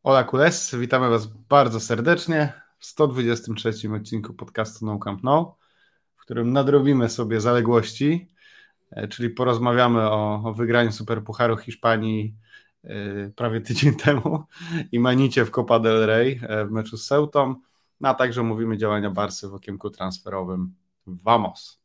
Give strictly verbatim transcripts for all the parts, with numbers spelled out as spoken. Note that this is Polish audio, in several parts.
Hola Kules, witamy Was bardzo serdecznie w sto dwudziestym trzecim odcinku podcastu No Camp No, w którym nadrobimy sobie zaległości, czyli porozmawiamy o, o wygraniu Superpucharu Hiszpanii yy, prawie tydzień temu i manicie w Copa del Rey w meczu z Ceutą, no, a także mówimy działania Barsy w okienku transferowym. Vamos!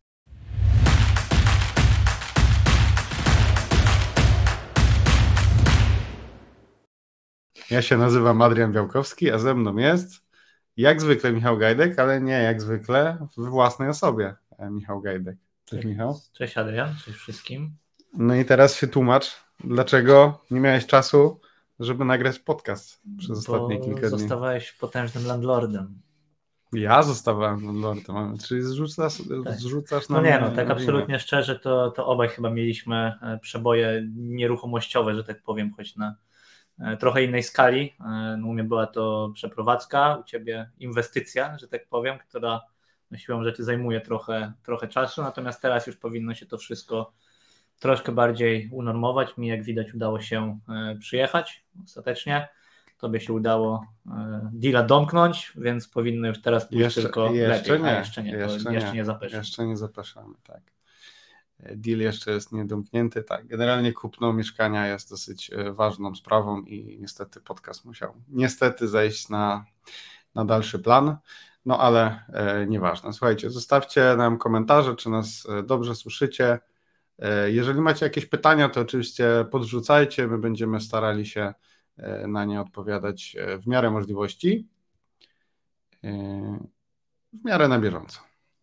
Ja się nazywam Adrian Białkowski, a ze mną jest jak zwykle Michał Gajdek, ale nie jak zwykle w własnej osobie Michał Gajdek. Cześć Michał. Cześć Adrian, cześć wszystkim. No i teraz się tłumacz, dlaczego nie miałeś czasu, żeby nagrać podcast przez Bo ostatnie kilka dni. Zostawałeś potężnym landlordem. Ja zostawałem landlordem, czyli zrzucasz, tak. zrzucasz na No mnie. nie, no tak na absolutnie winę. szczerze, to, to obaj chyba mieliśmy przeboje nieruchomościowe, że tak powiem, choć na trochę innej skali. No, u mnie była to przeprowadzka, u ciebie inwestycja, że tak powiem, która siłą rzeczy zajmuje trochę, trochę czasu, natomiast teraz już powinno się to wszystko troszkę bardziej unormować. Mi, jak widać, udało się przyjechać ostatecznie. Tobie się udało deala domknąć, więc powinno już teraz pójść jeszcze, tylko jeszcze lepiej. Nie, A jeszcze nie, jeszcze to nie, jeszcze nie zapraszamy. Jeszcze nie zapraszamy, tak. Deal jeszcze jest niedomknięty, tak. Generalnie kupno mieszkania jest dosyć ważną sprawą i niestety podcast musiał niestety zejść na, na dalszy plan, no ale e, nieważne. Słuchajcie, zostawcie nam komentarze, czy nas dobrze słyszycie. E, jeżeli macie jakieś pytania, to oczywiście podrzucajcie, my będziemy starali się e, na nie odpowiadać w miarę możliwości, e, w miarę na bieżąco.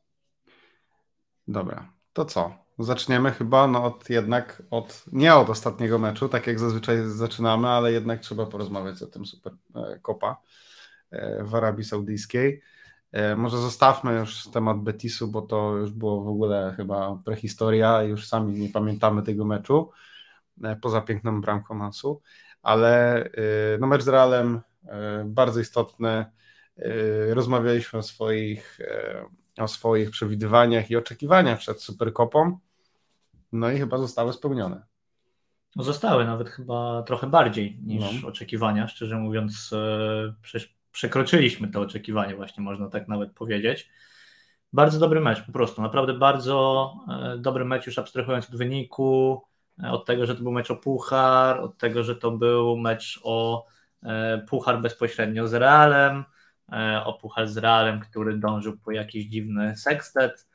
Dobra, to co? Zaczniemy chyba no od jednak od nie od ostatniego meczu, tak jak zazwyczaj zaczynamy, ale jednak trzeba porozmawiać o tym Super Copa w Arabii Saudyjskiej. Może zostawmy już temat Betisu, bo to już było w ogóle chyba prehistoria, już sami nie pamiętamy tego meczu, poza piękną bramką Ansu, ale no mecz z Realem bardzo istotny. Rozmawialiśmy o swoich o swoich przewidywaniach i oczekiwaniach przed Superkopą, no i chyba zostały spełnione. No zostały nawet chyba trochę bardziej niż no. oczekiwania, szczerze mówiąc przecież przekroczyliśmy te oczekiwania, właśnie można tak nawet powiedzieć. Bardzo dobry mecz, po prostu, naprawdę bardzo dobry mecz, już abstrahując od wyniku, od tego, że to był mecz o puchar, od tego, że to był mecz o puchar bezpośrednio z Realem, o puchar z Realem, który dążył po jakiś dziwny sextet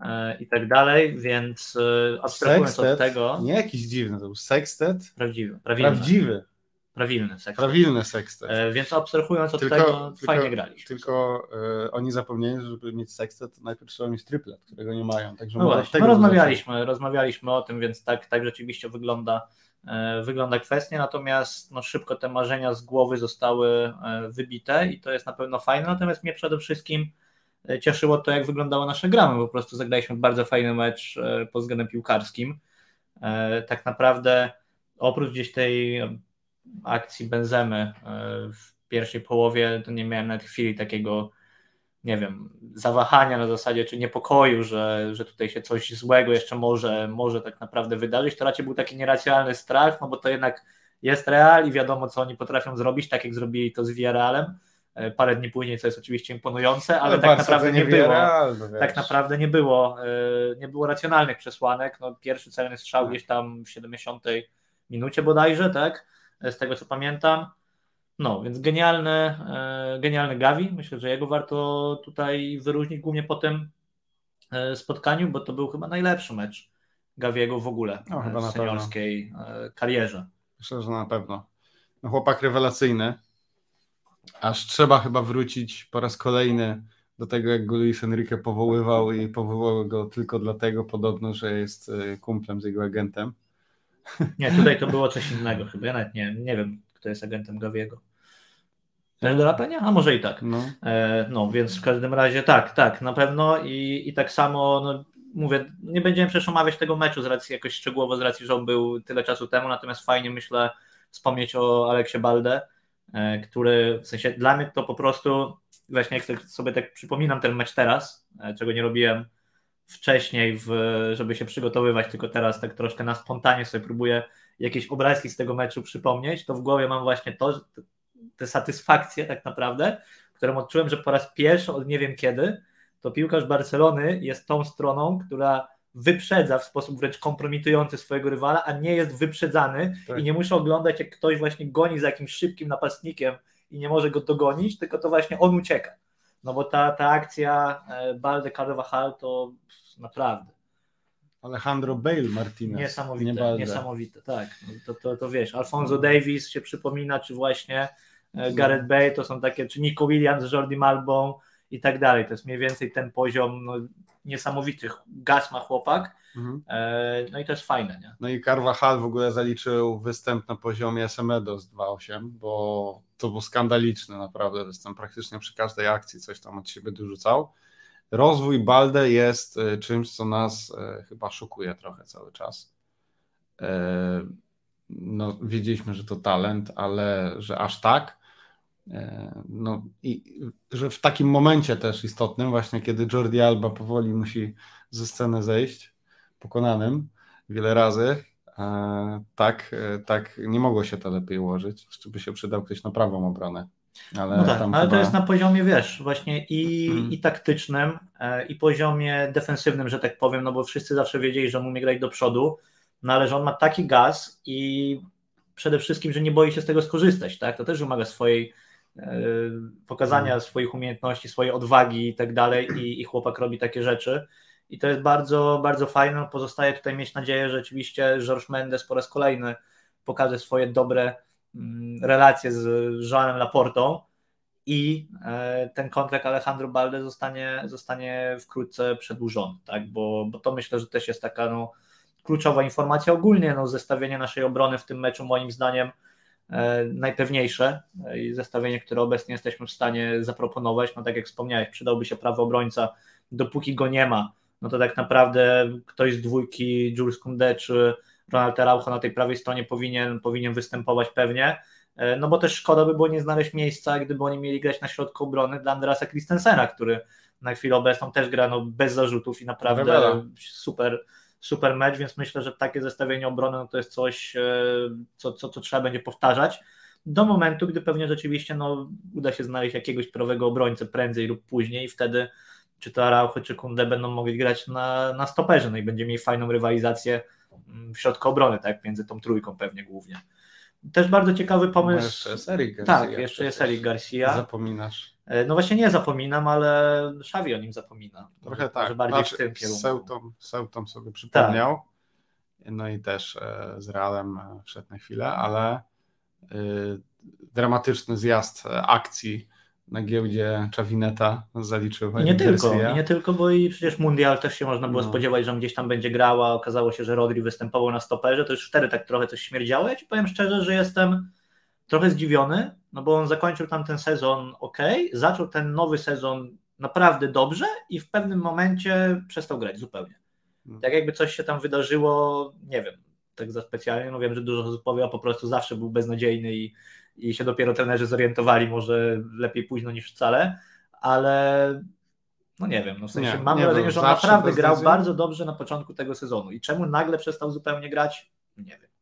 i tak dalej, więc abstrahując Sextet, od tego... Nie jakiś dziwny, to był sextet? Prawdziwy. Prawilny. Prawdziwy. Prawilny sextet. Prawilny sextet. E, więc abstrahując od tylko, tego, tylko, fajnie graliśmy. Tylko e, oni zapomnieli, że żeby mieć sextet, najpierw trzeba mieć triplet, którego nie mają. Także no właśnie, no rozmawialiśmy, rozmawialiśmy o tym, więc tak, tak rzeczywiście wygląda, e, wygląda kwestia, natomiast no, szybko te marzenia z głowy zostały e, wybite i to jest na pewno fajne, natomiast mnie przede wszystkim cieszyło to, jak wyglądało nasze gramy, po prostu zagraliśmy bardzo fajny mecz e, pod względem piłkarskim. E, tak naprawdę oprócz gdzieś tej akcji Benzemy w pierwszej połowie, to nie miałem nawet chwili takiego, nie wiem, zawahania na zasadzie, czy niepokoju, że, że tutaj się coś złego jeszcze może, może tak naprawdę wydarzyć. To raczej był taki nieracjonalny strach, no bo to jednak jest Real i wiadomo, co oni potrafią zrobić, tak jak zrobili to z Villarrealem parę dni później, co jest oczywiście imponujące, ale, ale tak naprawdę nie było, Real, no tak naprawdę nie było, nie było racjonalnych przesłanek. No, pierwszy celny strzał gdzieś tam w siedemdziesiątej minucie bodajże, tak? Z tego co pamiętam. No, więc genialny, e, genialny Gavi. Myślę, że jego warto tutaj wyróżnić głównie po tym e, spotkaniu, bo to był chyba najlepszy mecz Gaviego w ogóle no, chyba w seniorskiej e, karierze. Myślę, że na pewno. No, chłopak rewelacyjny. Aż trzeba chyba wrócić po raz kolejny do tego, jak go Luis Enrique powoływał i powoływał go tylko dlatego podobno, że jest kumplem z jego agentem. Nie, tutaj to było coś innego chyba. Ja nawet nie, nie wiem, kto jest agentem Gaviego. Też do Rapenia? A może i tak. No. E, no, więc w każdym razie tak, tak, na pewno i, i tak samo, no, mówię, nie będziemy przecież omawiać tego meczu z racji jakoś szczegółowo, z racji, że on był tyle czasu temu, natomiast fajnie myślę wspomnieć o Aleksie Balde, e, który, w sensie dla mnie to po prostu, właśnie jak sobie tak przypominam ten mecz teraz, e, czego nie robiłem wcześniej, w, żeby się przygotowywać, tylko teraz tak troszkę na spontanie sobie próbuję jakieś obrazki z tego meczu przypomnieć, to w głowie mam właśnie to, tę satysfakcję tak naprawdę, którą odczułem, że po raz pierwszy od nie wiem kiedy, to piłkarz Barcelony jest tą stroną, która wyprzedza w sposób wręcz kompromitujący swojego rywala, a nie jest wyprzedzany tak. I nie muszę oglądać, jak ktoś właśnie goni za jakimś szybkim napastnikiem i nie może go dogonić, tylko to właśnie on ucieka. No bo ta, ta akcja Balde Carvajal to naprawdę. Alejandro Bale Martinez. Niesamowite, nie niesamowite, tak. To, to, to wiesz, Alfonso Davies się przypomina, czy właśnie Gareth Bale, to są takie, czy Nico Williams z Jordi Malbą i tak dalej. To jest mniej więcej ten poziom no, niesamowitych. Gaz ma chłopak, mhm. No i to jest fajne. Nie? No i Carvajal w ogóle zaliczył występ na poziomie Semedo z dwa osiem, bo to był skandaliczny naprawdę występ. Praktycznie przy każdej akcji coś tam od siebie dorzucał. Rozwój Balde jest czymś, co nas chyba szokuje trochę cały czas. No, wiedzieliśmy, że to talent, ale że aż tak. No i że w takim momencie też istotnym, właśnie kiedy Jordi Alba powoli musi ze sceny zejść, pokonanym wiele razy, tak, tak nie mogło się to lepiej ułożyć, jeszcze by się przydał ktoś na prawą obronę. Ale, no tak, tam ale chyba... to jest na poziomie, wiesz, właśnie i, hmm. i taktycznym, i poziomie defensywnym, że tak powiem, no bo wszyscy zawsze wiedzieli, że on umie grać do przodu, no ale że on ma taki gaz i przede wszystkim, że nie boi się z tego skorzystać, tak? To też wymaga swojej pokazania hmm. swoich umiejętności, swojej odwagi i tak dalej i, i chłopak robi takie rzeczy i to jest bardzo, bardzo fajne. Pozostaje tutaj mieć nadzieję, że rzeczywiście Jorge Mendes po raz kolejny pokaże swoje dobre relacje z Joanem Laportą i ten kontrakt Alejandro Balde zostanie, zostanie wkrótce przedłużony, tak? bo, bo to myślę, że też jest taka no, kluczowa informacja ogólnie, no, zestawienie naszej obrony w tym meczu moim zdaniem e, najpewniejsze i zestawienie, które obecnie jesteśmy w stanie zaproponować, no tak jak wspomniałeś, przydałby się prawy obrońca, dopóki go nie ma, no to tak naprawdę ktoś z dwójki, Jules Koundé czy Ronald Araujo na tej prawej stronie powinien, powinien występować pewnie, no bo też szkoda by było nie znaleźć miejsca, gdyby oni mieli grać na środku obrony dla Andersa Christensena, który na chwilę obecną też gra no, bez zarzutów i naprawdę Rewela. super, super mecz, więc myślę, że takie zestawienie obrony no, to jest coś, co, co, co trzeba będzie powtarzać do momentu, gdy pewnie rzeczywiście no, uda się znaleźć jakiegoś prawego obrońcę prędzej lub później i wtedy czy to Araujo czy Koundé będą mogli grać na, na stoperze, no i będziemy mieli fajną rywalizację w środku obrony, tak, między tą trójką pewnie głównie. Też bardzo ciekawy pomysł. No jeszcze jest Eric Garcia. Tak, jeszcze jest Eric Garcia. Zapominasz. No właśnie nie zapominam, ale Xavi o nim zapomina. Trochę tak. Może bardziej znaczy, w tym kierunku. Seutą, Seutą sobie przypomniał. Tak. No i też z Realem wszedł na chwilę, ale y, dramatyczny zjazd akcji na giełdzie Chavineta zaliczył. I nie tylko, i nie tylko, bo i przecież Mundial też się można było no. spodziewać, że on gdzieś tam będzie grała. Okazało się, że Rodri występował na stoperze, to już wtedy tak trochę coś śmierdziało. Ja ci powiem szczerze, że jestem trochę zdziwiony, no bo on zakończył tam ten sezon ok, zaczął ten nowy sezon naprawdę dobrze i w pewnym momencie przestał grać zupełnie. No. Tak jakby coś się tam wydarzyło, nie wiem, tak za specjalnie, no wiem, że dużo osób powie, a po prostu zawsze był beznadziejny i i się dopiero trenerzy zorientowali, może lepiej późno niż wcale, ale no nie wiem, no w sensie nie, mam nie wrażenie, że on naprawdę grał decyzji. bardzo dobrze na początku tego sezonu i czemu nagle przestał zupełnie grać, nie wiem.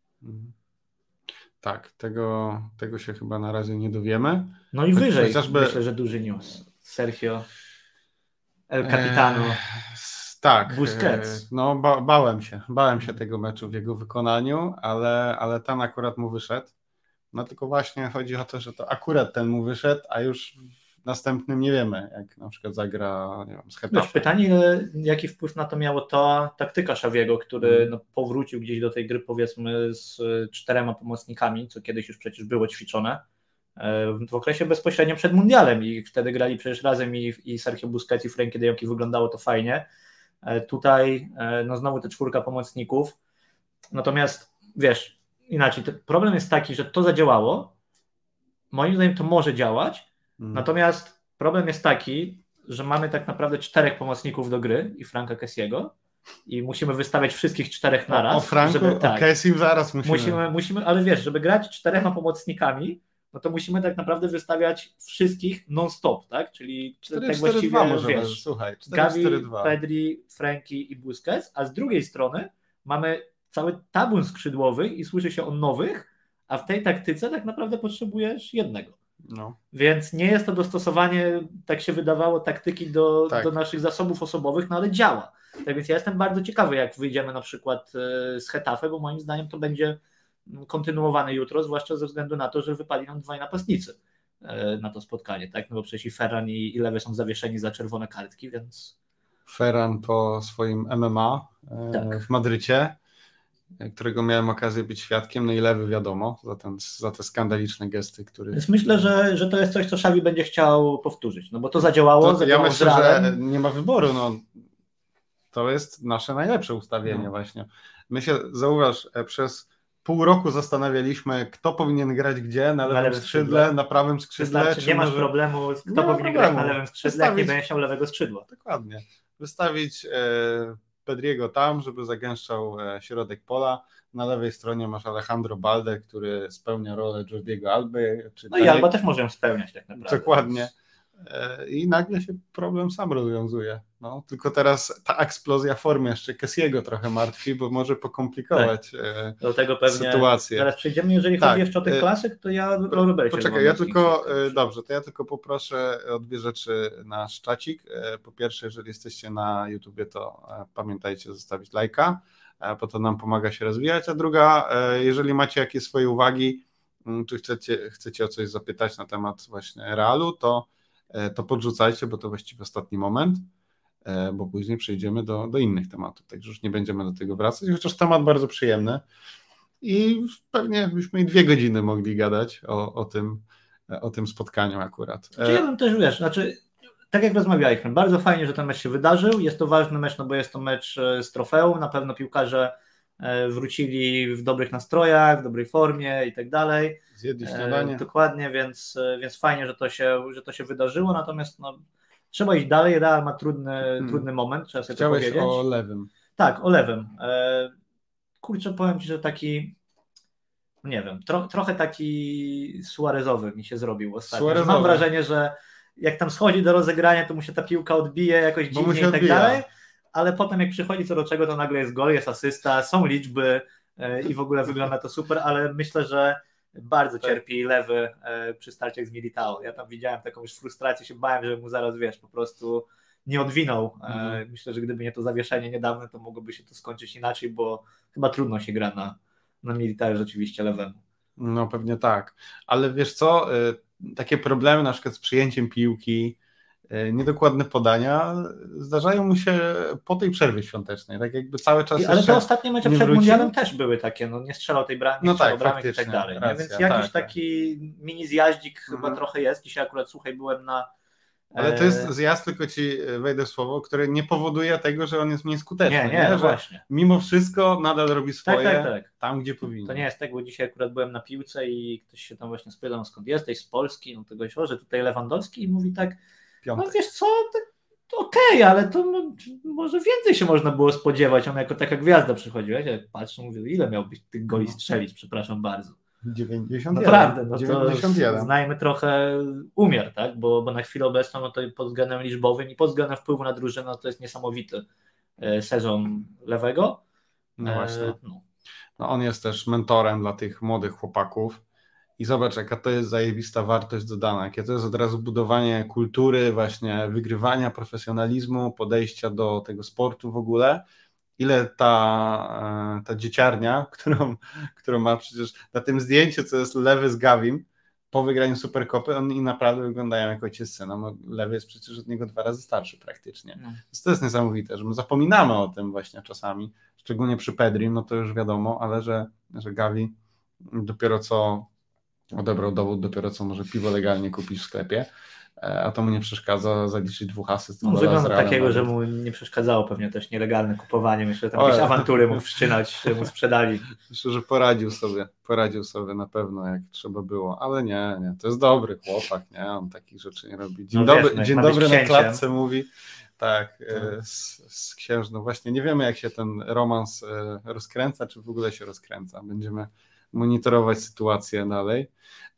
Tak, tego, tego się chyba na razie nie dowiemy. No i wyżej, chociażby... myślę, że duży news. Sergio El Capitano. Eee, tak, Busquets. No ba- bałem się, bałem się tego meczu w jego wykonaniu, ale, ale tam akurat mu wyszedł. No tylko właśnie chodzi o to, że to akurat ten mu wyszedł, a już w następnym nie wiemy, jak na przykład zagra nie wiem, z Hetafe. Wiesz, pytanie, jaki wpływ na to miało ta taktyka Xaviego, który hmm. no, powrócił gdzieś do tej gry powiedzmy z czterema pomocnikami, co kiedyś już przecież było ćwiczone w okresie bezpośrednio przed mundialem i wtedy grali przecież razem i, i Sergio Busquets i Frenkie de Jong i wyglądało to fajnie. Tutaj no znowu te czwórka pomocników, natomiast wiesz, inaczej, problem jest taki, że to zadziałało, moim zdaniem to może działać, hmm. natomiast problem jest taki, że mamy tak naprawdę czterech pomocników do gry i Franka Kessiego i musimy wystawiać wszystkich czterech naraz. O, o Franku, żeby, tak, o Kessim zaraz musimy. musimy. Musimy, ale wiesz, żeby grać czterema pomocnikami, no to musimy tak naprawdę wystawiać wszystkich non-stop, tak? Czyli cztery, tak cztery, właściwie, dwa może wiesz, słuchaj, Gavi, Pedri, Frenkie i Busquets, a z drugiej strony mamy cały tabun skrzydłowy i słyszy się o nowych, a w tej taktyce tak naprawdę potrzebujesz jednego. No. Więc nie jest to dostosowanie, tak się wydawało, taktyki do, tak. do naszych zasobów osobowych, no ale działa. Tak więc ja jestem bardzo ciekawy, jak wyjdziemy na przykład z Getafe, bo moim zdaniem to będzie kontynuowane jutro, zwłaszcza ze względu na to, że wypali nam dwaj napastnicy na to spotkanie, tak? No bo przecież i Ferran i, i Lewy są zawieszeni za czerwone kartki, więc... Ferran po swoim M M A tak. w Madrycie, którego miałem okazję być świadkiem, no i Lewy wiadomo, za, ten, za te skandaliczne gesty, które... Więc myślę, że, że to jest coś, co Xavi będzie chciał powtórzyć, no bo to zadziałało, to, zadziałało ja myślę, że nie ma wyboru, no to jest nasze najlepsze ustawienie no. właśnie. My się, zauważ, przez pół roku zastanawialiśmy, kto powinien grać gdzie, na lewym, na lewym skrzydle, skrzydle, na prawym skrzydle. Wystarczy, nie masz może... problemu, kto nie powinien grać na lewym skrzydle, Wystawić... jak nie będziesz miał lewego skrzydła. Dokładnie. Wystawić e, Pedriego tam, żeby zagęszczał e, środek pola. Na lewej stronie masz Alejandro Balde, który spełnia rolę Jordiego Alby. Czy no i Alba też może ją spełniać tak naprawdę. Dokładnie. E, I nagle się problem sam rozwiązuje. No, tylko teraz ta eksplozja formy jeszcze Kessiego trochę martwi, bo może pokomplikować tak. Do tego pewnie sytuację. Zaraz przejdziemy, jeżeli tak. chodzi jeszcze o tych klasyk, to ja Robercie. Poczekaj, ja tylko, dobrze, to ja tylko poproszę o dwie rzeczy na czacik. Po pierwsze, jeżeli jesteście na YouTubie, to pamiętajcie zostawić lajka, bo to nam pomaga się rozwijać, a druga, jeżeli macie jakieś swoje uwagi, czy chcecie, chcecie o coś zapytać na temat właśnie Realu, to, to podrzucajcie, bo to właściwie ostatni moment, bo później przejdziemy do, do innych tematów, także już nie będziemy do tego wracać, chociaż temat bardzo przyjemny i pewnie byśmy i dwie godziny mogli gadać o, o, tym, o tym spotkaniu akurat. Znaczy ja bym też, wiesz, znaczy tak jak rozmawialiśmy, bardzo fajnie, że ten mecz się wydarzył, jest to ważny mecz, no bo jest to mecz z trofeum, na pewno piłkarze wrócili w dobrych nastrojach, w dobrej formie i tak dalej. Zjedli śniadanie. Dokładnie, więc, więc fajnie, że to się, że to się wydarzyło, natomiast no, trzeba iść dalej, Real ma trudny, hmm. trudny moment, trzeba sobie Chciałeś to powiedzieć. o Lewym. Tak, o Lewym. Kurczę, powiem Ci, że taki, nie wiem, tro, trochę taki Suarezowy mi się zrobił ostatnio. Mam wrażenie, że jak tam schodzi do rozegrania, to mu się ta piłka odbije jakoś Bo dziwnie i tak dalej, ale potem jak przychodzi co do czego, to nagle jest gol, jest asysta, są liczby i w ogóle wygląda to super, ale myślę, że bardzo cierpi Lewy przy starciach z Militao. Ja tam widziałem taką już frustrację, się bałem, że mu zaraz, wiesz, po prostu nie odwinął. Mhm. Myślę, że gdyby nie to zawieszenie niedawne, to mogłoby się to skończyć inaczej, bo chyba trudno się gra na, na Militao rzeczywiście Lewemu. No pewnie tak, ale wiesz co, takie problemy na przykład z przyjęciem piłki, niedokładne podania zdarzają mu się po tej przerwie świątecznej, tak jakby cały czas. I, ale te ostatnie mecze przed mundialem też były takie, no nie strzelał tej bramy, nie no strzelał tak, bramek i tak dalej. Racja, więc jakiś tak, taki tak. mini zjaździk mhm. chyba trochę jest. Dzisiaj akurat, słuchaj, byłem na... Ale to jest zjazd, tylko ci wejdę w słowo, który nie powoduje tego, że on jest mniej skuteczny. Nie, nie, nie? No właśnie. Mimo wszystko nadal robi swoje tak, tak, tak. tam, gdzie powinien. To nie jest tak, bo dzisiaj akurat byłem na piłce i ktoś się tam właśnie spytał, skąd jesteś, z Polski, no tego się, że tutaj Lewandowski i mówi tak, Piątek. no wiesz co, to okej, okay, ale to no, może więcej się można było spodziewać, on jako taka gwiazda przychodził, ja patrzę, mówię, ile miał być tych goli strzelić, przepraszam bardzo. dziewięćdziesiąt jeden. Naprawdę, no dziewięćdziesiąt jeden. To znajmy trochę umiar, tak? Bo, bo na chwilę obecną no to pod względem liczbowym i pod względem wpływu na drużynę no to jest niesamowity sezon Lewego. No właśnie. No. No on jest też mentorem dla tych młodych chłopaków i zobacz, jaka to jest zajebista wartość dodana, jakie to jest od razu budowanie kultury, właśnie wygrywania, profesjonalizmu, podejścia do tego sportu w ogóle. Ile ta, ta dzieciarnia, którą, którą ma przecież na tym zdjęciu, co jest Lewy z Gavim, po wygraniu Superkopy, oni naprawdę wyglądają jak ojciec syna. No, Lewy jest przecież od niego dwa razy starszy praktycznie. No. To jest niesamowite, że my zapominamy o tym właśnie czasami, szczególnie przy Pedrim, no to już wiadomo, ale że, że Gavi dopiero co odebrał dowód, dopiero co może piwo legalnie kupić w sklepie, a to mu nie przeszkadza zaliczyć dwóch asyst. No, wygląda takiego, nawet. Że mu nie przeszkadzało pewnie też nielegalne kupowanie. Myślę, że tam jakieś awantury mógł wszczynać, że mu sprzedali. Myślę, że poradził sobie, poradził sobie na pewno, jak trzeba było, ale nie, nie, to jest dobry chłopak, nie, on takich rzeczy nie robi. Dzień no, dobry, wiesz, no, dzień dobry na klatce mówi, tak, hmm. z, z księżną. Właśnie nie wiemy, jak się ten romans rozkręca, czy w ogóle się rozkręca. Będziemy monitorować sytuację dalej.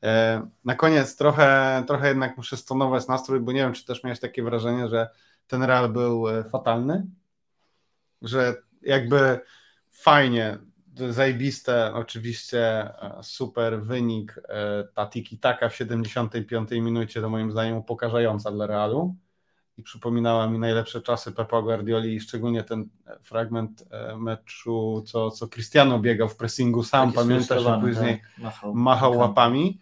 Na koniec trochę, trochę jednak muszę stonować nastrój, bo nie wiem, czy też miałeś takie wrażenie, że ten Real był fatalny, że jakby fajnie zajebiste, oczywiście super wynik, ta tiki-taka w siedemdziesiątej piątej minucie to moim zdaniem upokarzająca dla Realu i przypominała mi najlepsze czasy Pepa Guardioli i szczególnie ten fragment meczu, co, co Cristiano biegał w pressingu sam, Taki pamiętasz, i później tak, machał, machał łapami.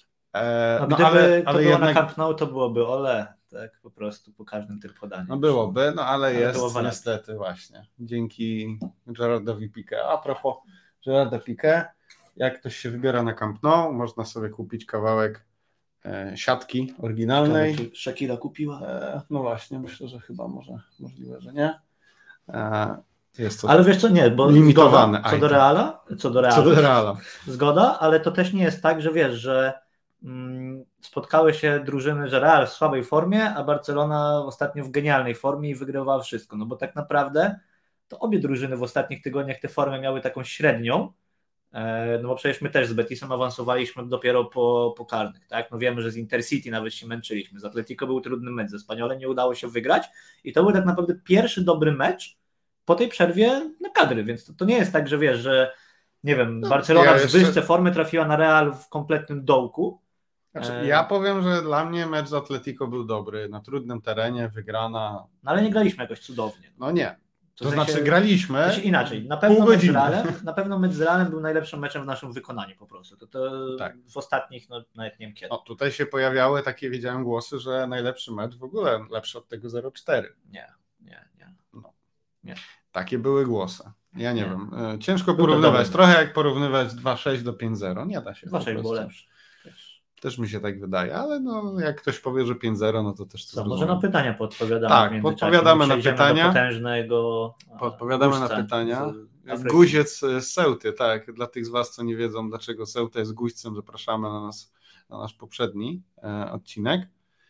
No, no, gdyby ale, to ale było jednak... na Camp Nou, to byłoby ole, tak po prostu po każdym tym podaniu. No byłoby, no ale, ale jest lepiej. niestety właśnie, dzięki Gerardowi Piqué. A propos Gerarda Piqué, jak ktoś się wybiera na Camp Nou, można sobie kupić kawałek e, siatki oryginalnej. Ciekawe, czy Shakira kupiła? E, no właśnie, myślę, że chyba może, możliwe, że nie. E, jest to ale wiesz co, nie, bo limitowane. Zgoda, co do Reala, co do Reala, co do Reala. Zgoda, ale to też nie jest tak, że wiesz, że mm, spotkały się drużyny, że Real w słabej formie, a Barcelona ostatnio w genialnej formie i wygrywała wszystko, no bo tak naprawdę to obie drużyny w ostatnich tygodniach te formy miały taką średnią, e, no bo przecież my też z Betisem awansowaliśmy dopiero po, po karnych, tak, no wiemy, że z Intercity nawet się męczyliśmy, z Atletico był trudny mecz, ze Spaniolem nie udało się wygrać i to był tak naprawdę pierwszy dobry mecz po tej przerwie na kadry, więc to, to nie jest tak, że wiesz, że nie wiem, no, Barcelona ja w jeszcze... zwyżce formy trafiła na Real w kompletnym dołku. Znaczy, ja powiem, że dla mnie mecz z Atletico był dobry, na trudnym terenie, wygrana. No ale nie graliśmy jakoś cudownie. No nie, to, to znaczy się, graliśmy. To się inaczej, na pewno, mecz z Realem, na pewno mecz z Realem był najlepszym meczem w naszym wykonaniu po prostu. To, to tak. W ostatnich, no nawet nie wiem kiedy. O, tutaj się pojawiały takie, wiedziałem, głosy, że najlepszy mecz w ogóle lepszy od tego zero cztery. Nie, nie, nie. No. nie. Takie były głosy. Ja nie, nie. wiem. Ciężko był porównywać. Trochę jak porównywać dwa sześć do pięć zero. Nie da się. dwa sześć było lepsze. Też. też mi się tak wydaje, ale no, jak ktoś powie, że pięć zero, no to też to Co, może na pytania podpowiadamy. Tak, podpowiadamy na pytania. Do potężnego podpowiadamy na pytania. Guziec z Ceuty, tak. Dla tych z Was, co nie wiedzą, dlaczego Ceuta jest guźcem, zapraszamy na, nas, na nasz poprzedni e, odcinek.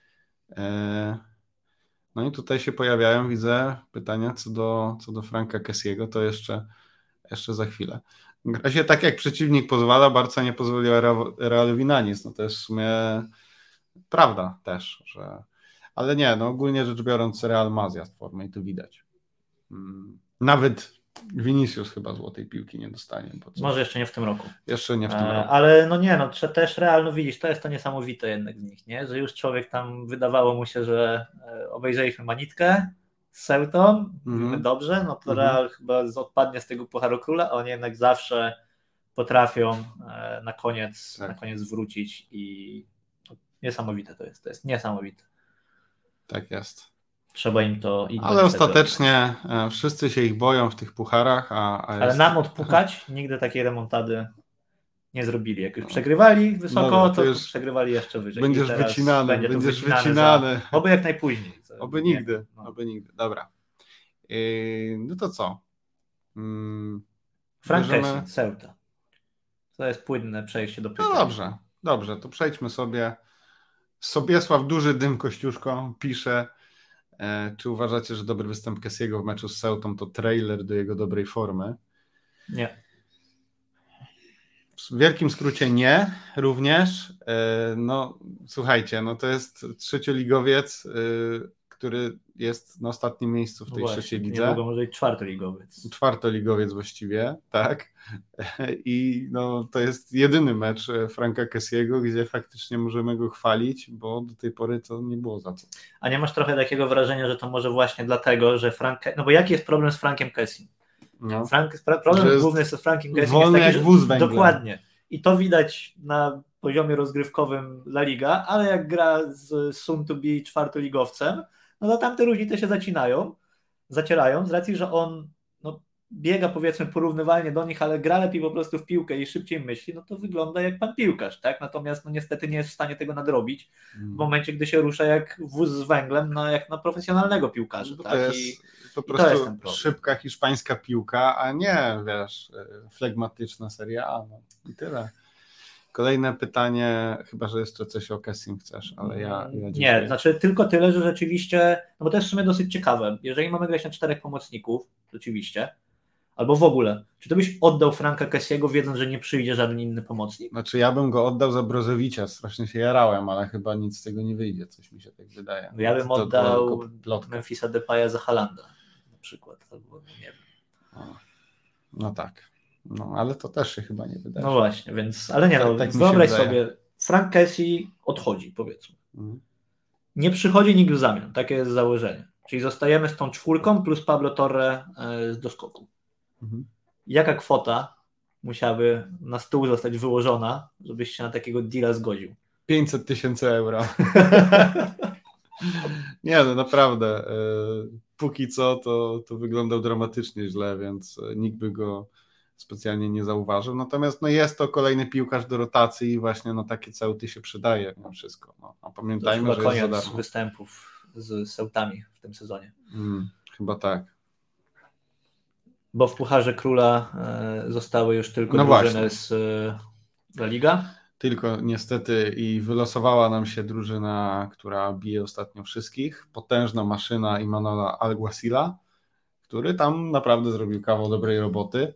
E, No i tutaj się pojawiają, widzę, pytania co do, co do Franka Kessiego, to jeszcze, jeszcze za chwilę. Gra się tak, jak przeciwnik pozwala, Barca nie pozwoliła Realowi na nic, no to jest w sumie prawda też, że... ale nie, no ogólnie rzecz biorąc Real ma zjazd formy i to widać. Nawet Vinicius chyba złotej piłki nie dostanie. Bo Może jeszcze nie w tym roku. Jeszcze nie w tym e, roku. Ale no nie, no też Real, no widzisz, to jest to niesamowite jednak z nich, nie? Że już człowiek tam wydawało mu się, że obejrzeliśmy manitkę z Ceutą, mm-hmm. dobrze, no to mm-hmm. Real chyba odpadnie z tego Pucharu Króla, a oni jednak zawsze potrafią e, na koniec tak. na koniec wrócić i no, niesamowite to jest, to jest niesamowite. Tak jest. Trzeba im to... Ale ostatecznie robić. Wszyscy się ich boją w tych pucharach, a, a Ale jest... nam odpukać nigdy takiej remontady nie zrobili. Jak już przegrywali wysoko, no, to, to już przegrywali jeszcze wyżej. Będziesz wycinany, będzie będziesz wycinany. wycinany. Za, oby jak najpóźniej. Co, oby nie, nigdy, no. oby nigdy. Dobra. Yy, no to co? Yy, Frank Kessie, Ceuta. To jest płynne przejście do pytań. No dobrze, dobrze, to przejdźmy sobie. Sobiesław Duży Dym Kościuszko pisze, e, czy uważacie, że dobry występ Kessiego w meczu z Ceutą to trailer do jego dobrej formy? Nie. W wielkim skrócie nie, również. E, no słuchajcie, no to jest trzecioligowiec, e, który jest na ostatnim miejscu w tej no właśnie, trzeciej lidze. Nie mogą może być czwartoligowiec. Czwartoligowiec właściwie, tak. I no, to jest jedyny mecz Franka Kessiego, gdzie faktycznie możemy go chwalić, bo do tej pory to nie było za co. A nie masz trochę takiego wrażenia, że to może właśnie dlatego, że Frank... No bo jaki jest problem z Frankiem Kessim? No. Frank... Problem główny z Frankiem Kessim wolny jest taki, jak wóz węglem. Dokładnie. I to widać na poziomie rozgrywkowym La Liga, ale jak gra z soon to be czwartoligowcem, no to tamte różnice się zacinają, zacierają, z racji, że on no, biega powiedzmy porównywalnie do nich, ale gra lepiej po prostu w piłkę i szybciej myśli, no to wygląda jak pan piłkarz, tak? Natomiast no niestety nie jest w stanie tego nadrobić w momencie, gdy się rusza jak wóz z węglem, na, jak na profesjonalnego piłkarza. No tak? To jest I, po prostu szybka hiszpańska piłka, a nie, wiesz, flegmatyczna Serie A. No. I tyle. Kolejne pytanie, chyba że jeszcze coś o Kessim chcesz, ale ja... ja nie, znaczy tylko tyle, że rzeczywiście, no bo to jest w sumie dosyć ciekawe, jeżeli mamy grać na czterech pomocników, rzeczywiście, albo w ogóle, czy to byś oddał Franka Kessiego, wiedząc, że nie przyjdzie żaden inny pomocnik? Znaczy ja bym go oddał za Brozowicza, strasznie się jarałem, ale chyba nic z tego nie wyjdzie, coś mi się tak wydaje. Ja bym to, oddał to Memphisa Depaya za Haalanda na przykład, albo nie wiem. O, no tak. No, ale to też się chyba nie wydaje. No właśnie, więc, ale nie tak, no, tak wyobraź sobie, Frank Casey odchodzi, powiedzmy. Mhm. Nie przychodzi nikt w zamian, takie jest założenie. Czyli zostajemy z tą czwórką plus Pablo Torre z doskoku. Mhm. Jaka kwota musiałaby na stół zostać wyłożona, żebyś się na takiego deala zgodził? pięćset tysięcy euro. Nie, no naprawdę. Póki co to, to wyglądał dramatycznie źle, więc nikt by go specjalnie nie zauważył. Natomiast no jest to kolejny piłkarz do rotacji i właśnie no takie ceuty się przydaje mimo wszystko. No, a pamiętajmy, to że koniec jest za darmo. występów z Ceutami w tym sezonie. Hmm, chyba tak. Bo w Pucharze Króla e, zostały już tylko no drużyny właśnie. z e, La Liga. Tylko niestety i wylosowała nam się drużyna, która bije ostatnio wszystkich. Potężna maszyna Imanola Alguacila, który tam naprawdę zrobił kawał dobrej roboty.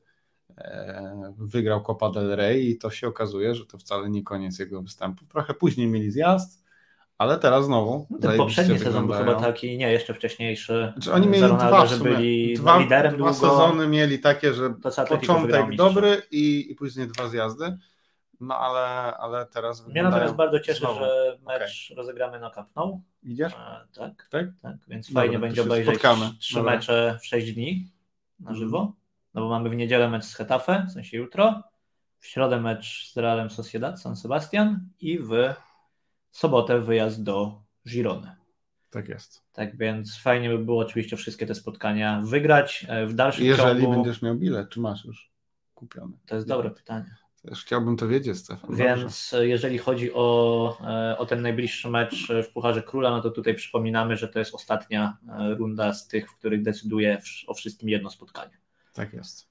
Wygrał Copa del Rey i to się okazuje, że to wcale nie koniec jego występu. Trochę później mieli zjazd, ale teraz znowu. No ten poprzedni sezon był chyba taki, nie, jeszcze wcześniejszy. Znaczy oni mieli Ronaldo, dwa, że byli dwa, liderem dwa długo. sezony mieli takie, że początek dobry i, i później dwa zjazdy. No ale, ale teraz mnie natomiast bardzo cieszy, znowu. że mecz okay. rozegramy na Camp Nou. Idziesz? E, tak, tak, tak, więc Dobra, fajnie będzie obejrzeć spotkamy. trzy Dobra. mecze w sześć dni na żywo. Mm. No bo mamy w niedzielę mecz z Getafe, w sensie jutro, w środę mecz z Realem Sociedad, San Sebastian i w sobotę wyjazd do Girony. Tak jest. Tak więc fajnie by było oczywiście wszystkie te spotkania wygrać w dalszym Jeżeli ciągu. będziesz miał bilet, czy masz już kupiony? To jest bilet. dobre pytanie. Też chciałbym to wiedzieć, Stefan. Więc Dobrze. jeżeli chodzi o, o ten najbliższy mecz w Pucharze Króla, no to tutaj przypominamy, że to jest ostatnia runda z tych, w których decyduje o wszystkim jedno spotkanie. Tak jest.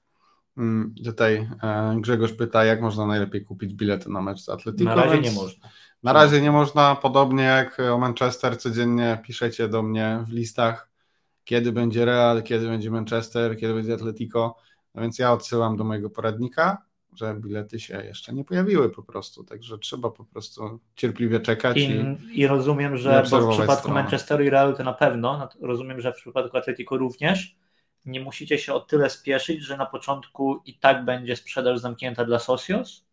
Tutaj Grzegorz pyta, jak można najlepiej kupić bilety na mecz z Atletico. Na razie nie można. Na razie nie można, podobnie jak o Manchester, codziennie piszecie do mnie w listach, kiedy będzie Real, kiedy będzie Manchester, kiedy będzie Atletico, no więc ja odsyłam do mojego poradnika, że bilety się jeszcze nie pojawiły po prostu, także trzeba po prostu cierpliwie czekać. I, i, i rozumiem, że bo w przypadku stronę. Manchesteru i Realu to na pewno, no to rozumiem, że w przypadku Atletico również, nie musicie się o tyle spieszyć, że na początku i tak będzie sprzedaż zamknięta dla Socios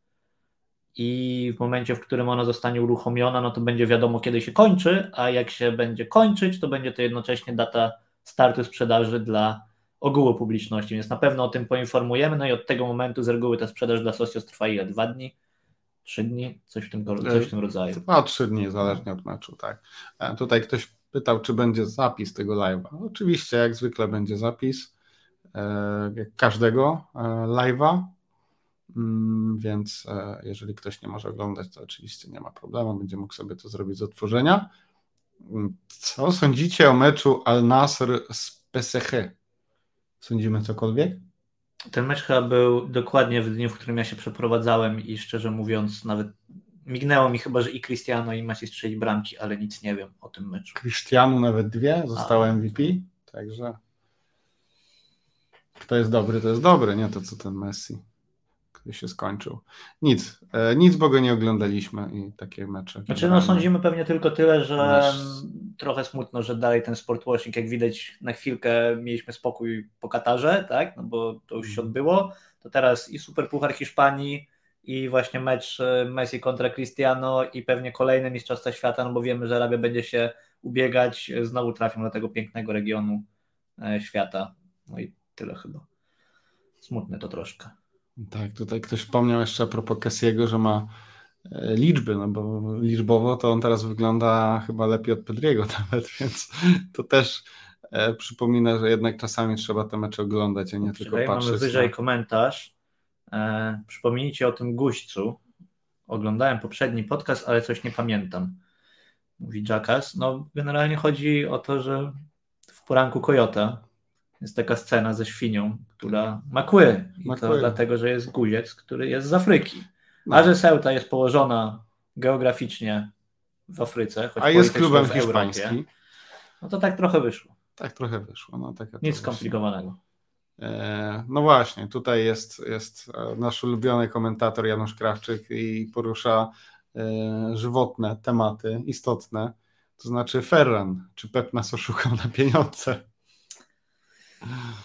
i w momencie, w którym ona zostanie uruchomiona, no to będzie wiadomo, kiedy się kończy, a jak się będzie kończyć, to będzie to jednocześnie data startu sprzedaży dla ogółu publiczności, więc na pewno o tym poinformujemy, no i od tego momentu z reguły ta sprzedaż dla Socios trwa ile? Dwa dni? Trzy dni? Coś w tym, coś w tym rodzaju. Dwa, trzy dni, zależnie od meczu, tak. Tutaj ktoś pytał, czy będzie zapis tego live'a. Oczywiście, jak zwykle będzie zapis jak każdego live'a, więc jeżeli ktoś nie może oglądać, to oczywiście nie ma problemu, będzie mógł sobie to zrobić z odtworzenia. Co sądzicie o meczu Al-Nasr z P S G? Sądzimy cokolwiek? Ten mecz chyba był dokładnie w dniu, w którym ja się przeprowadzałem i szczerze mówiąc nawet mignęło mi chyba, że i Cristiano i Messi strzeli bramki, ale nic nie wiem o tym meczu. Cristiano nawet dwie, został A. M V P, także kto jest dobry, to jest dobry, nie to co ten Messi, który się skończył. Nic, e, nic, bo go nie oglądaliśmy i takie mecze. Znaczy no sądzimy pewnie tylko tyle, że Nasz... trochę smutno, że dalej ten sportwashing, jak widać na chwilkę mieliśmy spokój po Katarze, tak, no bo to już się odbyło, to teraz i Superpuchar Hiszpanii i właśnie mecz Messi kontra Cristiano i pewnie kolejne Mistrzostwa Świata, no bo wiemy, że Arabia będzie się ubiegać, znowu trafią do tego pięknego regionu świata. No i tyle chyba. Smutne to troszkę. Tak, tutaj ktoś wspomniał jeszcze a propos Kessiego, że ma liczby, no bo liczbowo to on teraz wygląda chyba lepiej od Pedriego nawet, więc to też e, przypomina, że jednak czasami trzeba te mecze oglądać, a nie Przykaj, tylko patrzeć. Mamy wyżej na... komentarz. E, przypomnijcie o tym Guźcu. Oglądałem poprzedni podcast, ale coś nie pamiętam. Mówi Jackass. No generalnie chodzi o to, że w poranku Kojota jest taka scena ze świnią, która ma kły. I ma to kły. Dlatego, że jest guziec, który jest z Afryki. No. A że Ceuta jest położona geograficznie w Afryce, choć a jest klubem hiszpańskim, no to tak trochę wyszło. Tak trochę wyszło. No, taka Nic skomplikowanego. E, no właśnie, tutaj jest, jest nasz ulubiony komentator Janusz Krawczyk i porusza e, żywotne tematy, istotne. To znaczy Ferran, czy Pep nas oszukał na pieniądze?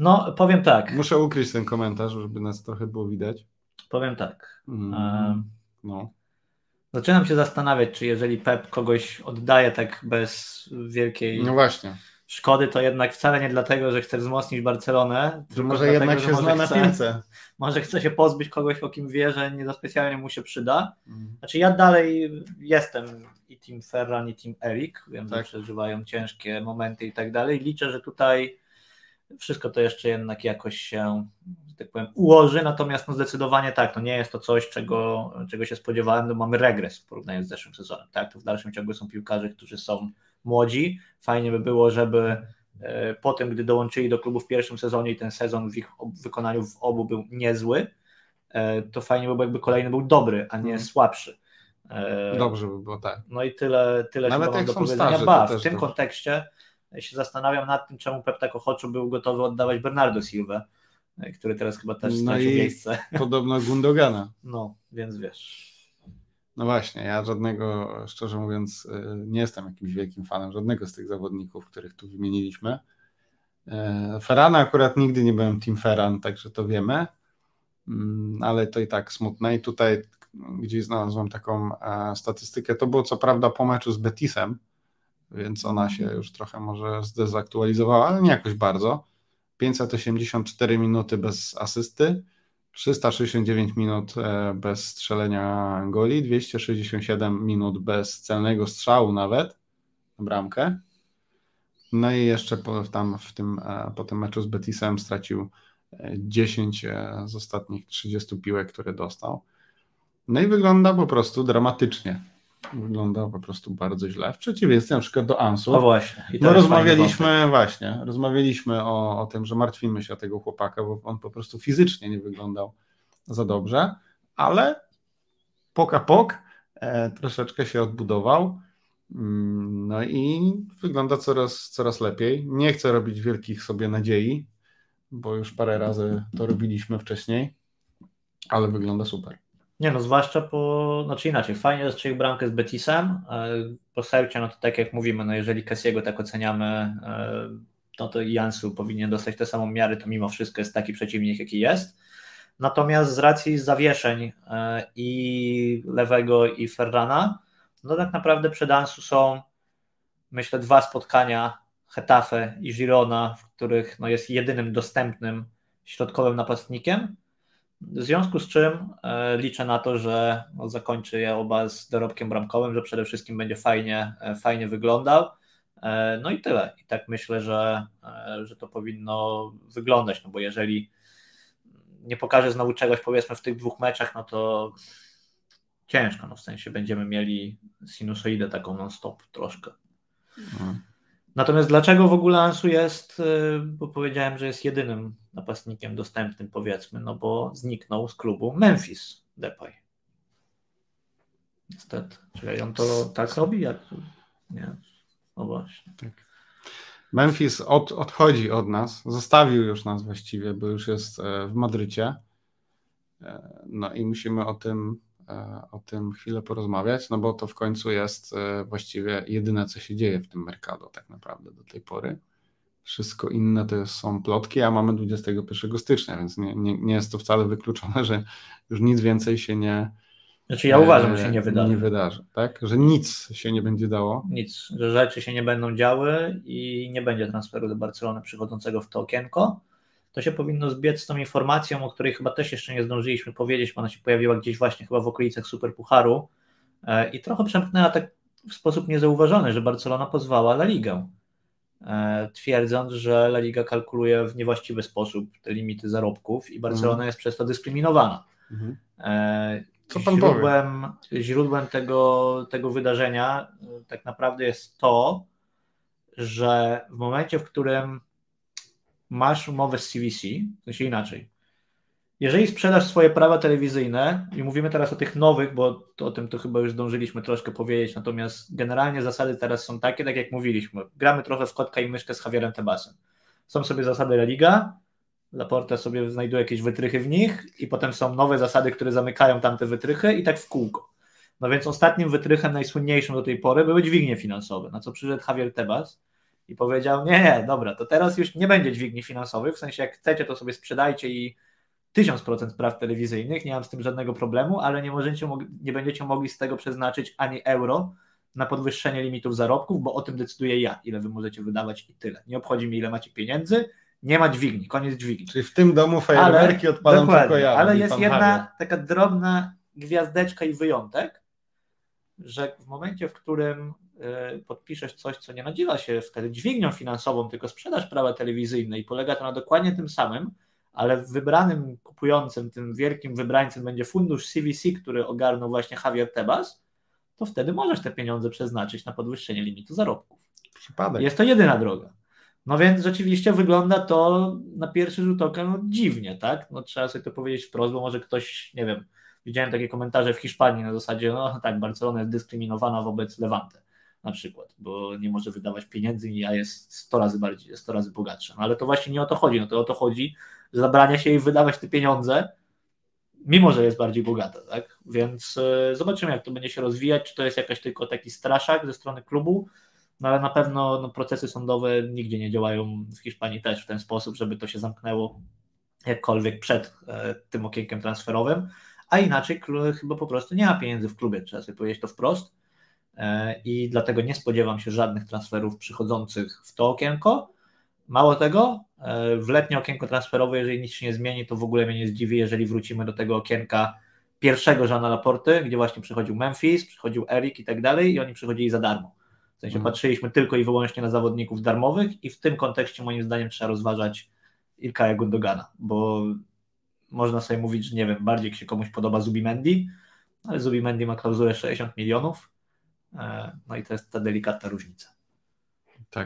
No, powiem tak. Muszę ukryć ten komentarz, żeby nas trochę było widać. Powiem tak. Mm, um, no. Zaczynam się zastanawiać, czy jeżeli Pep kogoś oddaje tak bez wielkiej no właśnie. szkody, to jednak wcale nie dlatego, że chce wzmocnić Barcelonę. Że może dlatego, jednak się zna na piłce. Może chce się pozbyć kogoś, o kim wie, że nie za specjalnie mu się przyda. Znaczy ja dalej jestem i Team Ferran, i Team Eric. Wiem, tak. że przeżywają ciężkie momenty i tak dalej. Liczę, że tutaj wszystko to jeszcze jednak jakoś się, że tak powiem, ułoży, natomiast no zdecydowanie tak, no nie jest to coś, czego, czego się spodziewałem, no mamy regres w porównaniu z zeszłym sezonem, tak, to w dalszym ciągu są piłkarze, którzy są młodzi, fajnie by było, żeby po tym, gdy dołączyli do klubu w pierwszym sezonie i ten sezon w ich wykonaniu w obu był niezły, to fajnie by było, jakby kolejny był dobry, a nie hmm. słabszy. Dobrze by było, tak. No i tyle, tyle Nawet chyba mam do powiedzenia. Starzy, ba, w tym dobrze. kontekście ja się zastanawiam nad tym, czemu Pep tak ochoczo był gotowy oddawać Bernardo Silva, który teraz chyba też stracił no miejsce. Podobno Gundogana. No, więc wiesz. No właśnie, ja żadnego, szczerze mówiąc, nie jestem jakimś wielkim fanem żadnego z tych zawodników, których tu wymieniliśmy. Ferrana akurat nigdy nie byłem Team Ferran, także to wiemy, ale to i tak smutne. I tutaj gdzieś znalazłem taką statystykę, to było co prawda po meczu z Betisem, więc ona się już trochę może zdezaktualizowała, ale nie jakoś bardzo. pięćset osiemdziesiąt cztery minuty bez asysty, trzysta sześćdziesiąt dziewięć minut bez strzelenia goli, dwieście sześćdziesiąt siedem minut bez celnego strzału nawet na bramkę. No i jeszcze po, tam w tym, po tym meczu z Betisem stracił dziesięć z ostatnich trzydziestu piłek, które dostał. No i wygląda po prostu dramatycznie. Wygląda po prostu bardzo źle. W przeciwieństwie na przykład do Ansu. No właśnie. I no rozmawialiśmy właśnie, rozmawialiśmy o, o tym, że martwimy się o tego chłopaka, bo on po prostu fizycznie nie wyglądał za dobrze, ale pok a pok e, troszeczkę się odbudował. No i wygląda coraz, coraz lepiej. Nie chcę robić wielkich sobie nadziei, bo już parę razy to robiliśmy wcześniej, ale wygląda super. Nie no, zwłaszcza po, znaczy inaczej, fajnie, że strzelił bramkę z Betisem, po Ceucie, no to tak jak mówimy, no jeżeli Kessiego tak oceniamy, no to Jansu powinien dostać tę samą miarę, to mimo wszystko jest taki przeciwnik, jaki jest. Natomiast z racji zawieszeń i Lewego i Ferrana, no tak naprawdę przed Ansu są, myślę, dwa spotkania, Getafe i Girona, w których no jest jedynym dostępnym środkowym napastnikiem. W związku z czym e, liczę na to, że no, zakończy je oba z dorobkiem bramkowym, że przede wszystkim będzie fajnie, e, fajnie wyglądał. E, no i tyle. I tak myślę, że, e, że to powinno wyglądać, no bo jeżeli nie pokaże znowu czegoś, powiedzmy, w tych dwóch meczach, no to ciężko, no w sensie będziemy mieli sinusoidę taką non-stop troszkę. Mhm. Natomiast dlaczego w ogóle Ansu jest, bo powiedziałem, że jest jedynym napastnikiem dostępnym, powiedzmy, no bo zniknął z klubu Memphis Depay. Niestety. Czyli on to tak robi? Jak... Nie. No właśnie. Tak. Memphis od, odchodzi od nas, zostawił już nas właściwie, bo już jest w Madrycie. No i musimy o tym o tym chwilę porozmawiać, no bo to w końcu jest właściwie jedyne, co się dzieje w tym Mercado tak naprawdę do tej pory. Wszystko inne to są plotki, a mamy dwudziestego pierwszego stycznia, więc nie, nie, nie jest to wcale wykluczone, że już nic więcej się nie Znaczy ja uważam, że się nie wydarzy. Nie wydarzy, tak? Że nic się nie będzie dało. Nic, że rzeczy się nie będą działy i nie będzie transferu do Barcelony przychodzącego w to okienko. To się powinno zbiec z tą informacją, o której chyba też jeszcze nie zdążyliśmy powiedzieć, bo ona się pojawiła gdzieś właśnie chyba w okolicach Superpucharu i trochę przemknęła tak w sposób niezauważony, że Barcelona pozwała La Ligę, twierdząc, że La Liga kalkuluje w niewłaściwy sposób te limity zarobków i Barcelona mhm. jest przez to dyskryminowana. Mhm. Co pan źródłem, źródłem tego, tego wydarzenia tak naprawdę jest to, że w momencie, w którym masz umowę z C V C, w sensie inaczej. Jeżeli sprzedasz swoje prawa telewizyjne, i mówimy teraz o tych nowych, bo to, o tym to chyba już zdążyliśmy troszkę powiedzieć, natomiast generalnie zasady teraz są takie, tak jak mówiliśmy. Gramy trochę w kotka i myszkę z Javierem Tebasem. Są sobie zasady La Liga, Laporta sobie znajduje jakieś wytrychy w nich i potem są nowe zasady, które zamykają tamte wytrychy i tak w kółko. No więc ostatnim wytrychem, najsłynniejszym do tej pory, były dźwignie finansowe, na co przyszedł Javier Tebas i powiedział, nie, nie, dobra, to teraz już nie będzie dźwigni finansowych, w sensie jak chcecie, to sobie sprzedajcie i tysiąc procent praw telewizyjnych, nie mam z tym żadnego problemu, ale nie, możecie, nie będziecie mogli z tego przeznaczyć ani euro na podwyższenie limitów zarobków, bo o tym decyduję ja, ile wy możecie wydawać i tyle. Nie obchodzi mnie, ile macie pieniędzy, nie ma dźwigni, koniec dźwigni. Czyli w tym domu fajerwerki odpalam tylko ja. Ale jest jedna taka drobna gwiazdeczka i wyjątek, że w momencie, w którym y, podpiszesz coś, co nie nazywa się wtedy dźwignią finansową, tylko sprzedaż prawa telewizyjne i polega to na dokładnie tym samym, ale wybranym kupującym, tym wielkim wybrańcem będzie fundusz C V C, który ogarnął właśnie Javier Tebas, to wtedy możesz te pieniądze przeznaczyć na podwyższenie limitu zarobków. Przypadek. Jest to jedyna droga. No więc rzeczywiście wygląda to na pierwszy rzut oka no, dziwnie, tak? No trzeba sobie to powiedzieć wprost, bo może ktoś, nie wiem, widziałem takie komentarze w Hiszpanii na zasadzie, no tak, Barcelona jest dyskryminowana wobec Levante na przykład, bo nie może wydawać pieniędzy, a jest sto razy bardziej, sto razy bogatsza. No ale to właśnie nie o to chodzi, no to o to chodzi, że zabrania się jej wydawać te pieniądze, mimo że jest bardziej bogata, tak? Więc yy, zobaczymy, jak to będzie się rozwijać, czy to jest jakaś tylko taki straszak ze strony klubu, no ale na pewno no, procesy sądowe nigdzie nie działają w Hiszpanii też w ten sposób, żeby to się zamknęło jakkolwiek przed e, tym okienkiem transferowym, a inaczej klub, chyba po prostu nie ma pieniędzy w klubie, trzeba sobie powiedzieć to wprost e, i dlatego nie spodziewam się żadnych transferów przychodzących w to okienko. Mało tego, e, w letnie okienko transferowe, jeżeli nic się nie zmieni, to w ogóle mnie nie zdziwi, jeżeli wrócimy do tego okienka pierwszego Jeana Laporty, gdzie właśnie przychodził Memphis, przychodził Eric i tak dalej i oni przychodzili za darmo. W sensie hmm. patrzyliśmy tylko i wyłącznie na zawodników darmowych i w tym kontekście moim zdaniem trzeba rozważać Ilkaja Gündogana, bo można sobie mówić, że nie wiem, bardziej się komuś podoba Zubimendi, ale Zubimendi ma klauzulę sześćdziesiąt milionów, no i to jest ta delikatna różnica. Tak.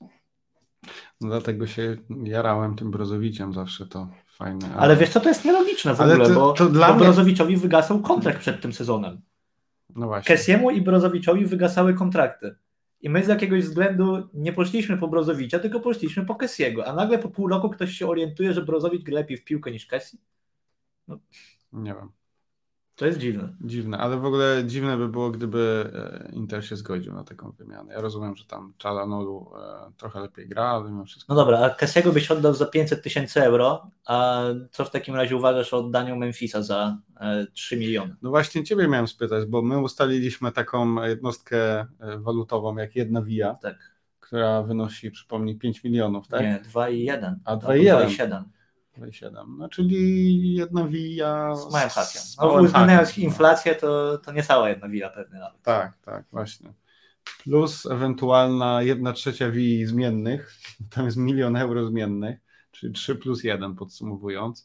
No dlatego się jarałem tym Brozowiciem zawsze, to fajne. Ale, ale wiesz co, to jest nielogiczne w ale ogóle, to, bo, to dla bo mnie... Brozowiczowi wygasał kontrakt przed tym sezonem. No właśnie. Kessiemu i Brozowiczowi wygasały kontrakty. I my z jakiegoś względu nie poszliśmy po Brozowicza, tylko poszliśmy po Kessiego. A nagle po pół roku ktoś się orientuje, że Brozowicz gra lepiej w piłkę niż Kessi? No. Nie wiem. To jest dziwne. Dziwne, ale w ogóle dziwne by było, gdyby Inter się zgodził na taką wymianę. Ja rozumiem, że tam Çalhanoğlu trochę lepiej gra, ale mimo wszystko... No dobra, a Kessiego byś oddał za pięćset tysięcy euro, a co w takim razie uważasz o oddaniu Memphisa za trzy miliony? No właśnie ciebie miałem spytać, bo my ustaliliśmy taką jednostkę walutową jak jedna via, tak. która wynosi, przypomnij, pięć milionów, tak? Nie, dwa i jeden. A dwa i jeden. dwa i siedem. dwa i siedem. No czyli jedna via z małym hakiem. No uwzględniając inflację, to, to nie cała jedna via pewnie nawet. Tak, tak, właśnie. Plus ewentualna jedna trzecia vii zmiennych, tam jest milion euro zmiennych, czyli trzy plus jeden podsumowując.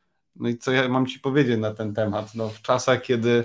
No i co ja mam ci powiedzieć na ten temat? No w czasach, kiedy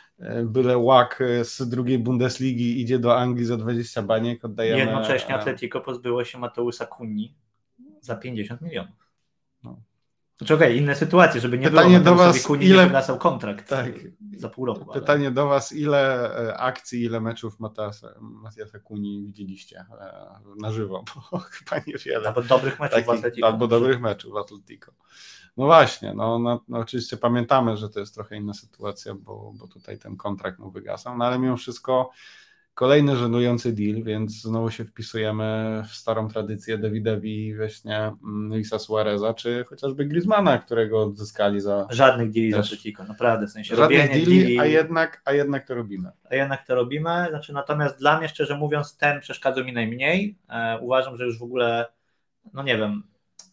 byle łak z drugiej Bundesligi idzie do Anglii za dwadzieścia baniek, oddajemy... Jednocześnie Atletico pozbyło się Mateusa Cunni za pięćdziesiąt milionów. No. Znaczy okej, okay, inne sytuacje, żeby nie pytanie było, do was, Cunni ile... nie wygasał kontrakt tak. za pół roku. Pytanie ale... do was, ile akcji, ile meczów Matiasa Cunni widzieliście na żywo? Bo chyba niewiele. Albo dobrych meczów Taki, w Atletico. Albo dobrych meczów w Atletico. No właśnie, no, no, no oczywiście pamiętamy, że to jest trochę inna sytuacja, bo, bo tutaj ten kontrakt mu wygasał, no ale mimo wszystko kolejny żenujący deal, więc znowu się wpisujemy w starą tradycję Davidowi właśnie Luisa Suareza, czy chociażby Griezmana, którego odzyskali za... Żadnych deali za Atletico, naprawdę, w sensie Żadnych deali, deali, a jednak, a jednak to robimy. A jednak to robimy, znaczy natomiast dla mnie, szczerze mówiąc, ten przeszkadza mi najmniej. E, uważam, że już w ogóle, no nie wiem,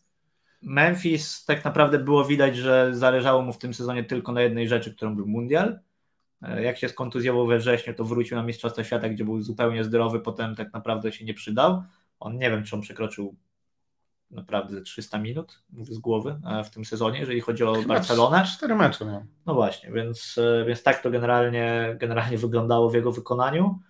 Memphis tak naprawdę było widać, że zależało mu w tym sezonie tylko na jednej rzeczy, którą był mundial. Jak się skontuzjował we wrześniu, to wrócił na Mistrzostwa Świata, gdzie był zupełnie zdrowy, potem tak naprawdę się nie przydał. On nie wiem, czy on przekroczył naprawdę trzysta minut z głowy w tym sezonie, jeżeli chodzi o Chyba Barcelonę. Cztery mecze miał. No właśnie, więc, więc tak to generalnie, generalnie wyglądało w jego wykonaniu.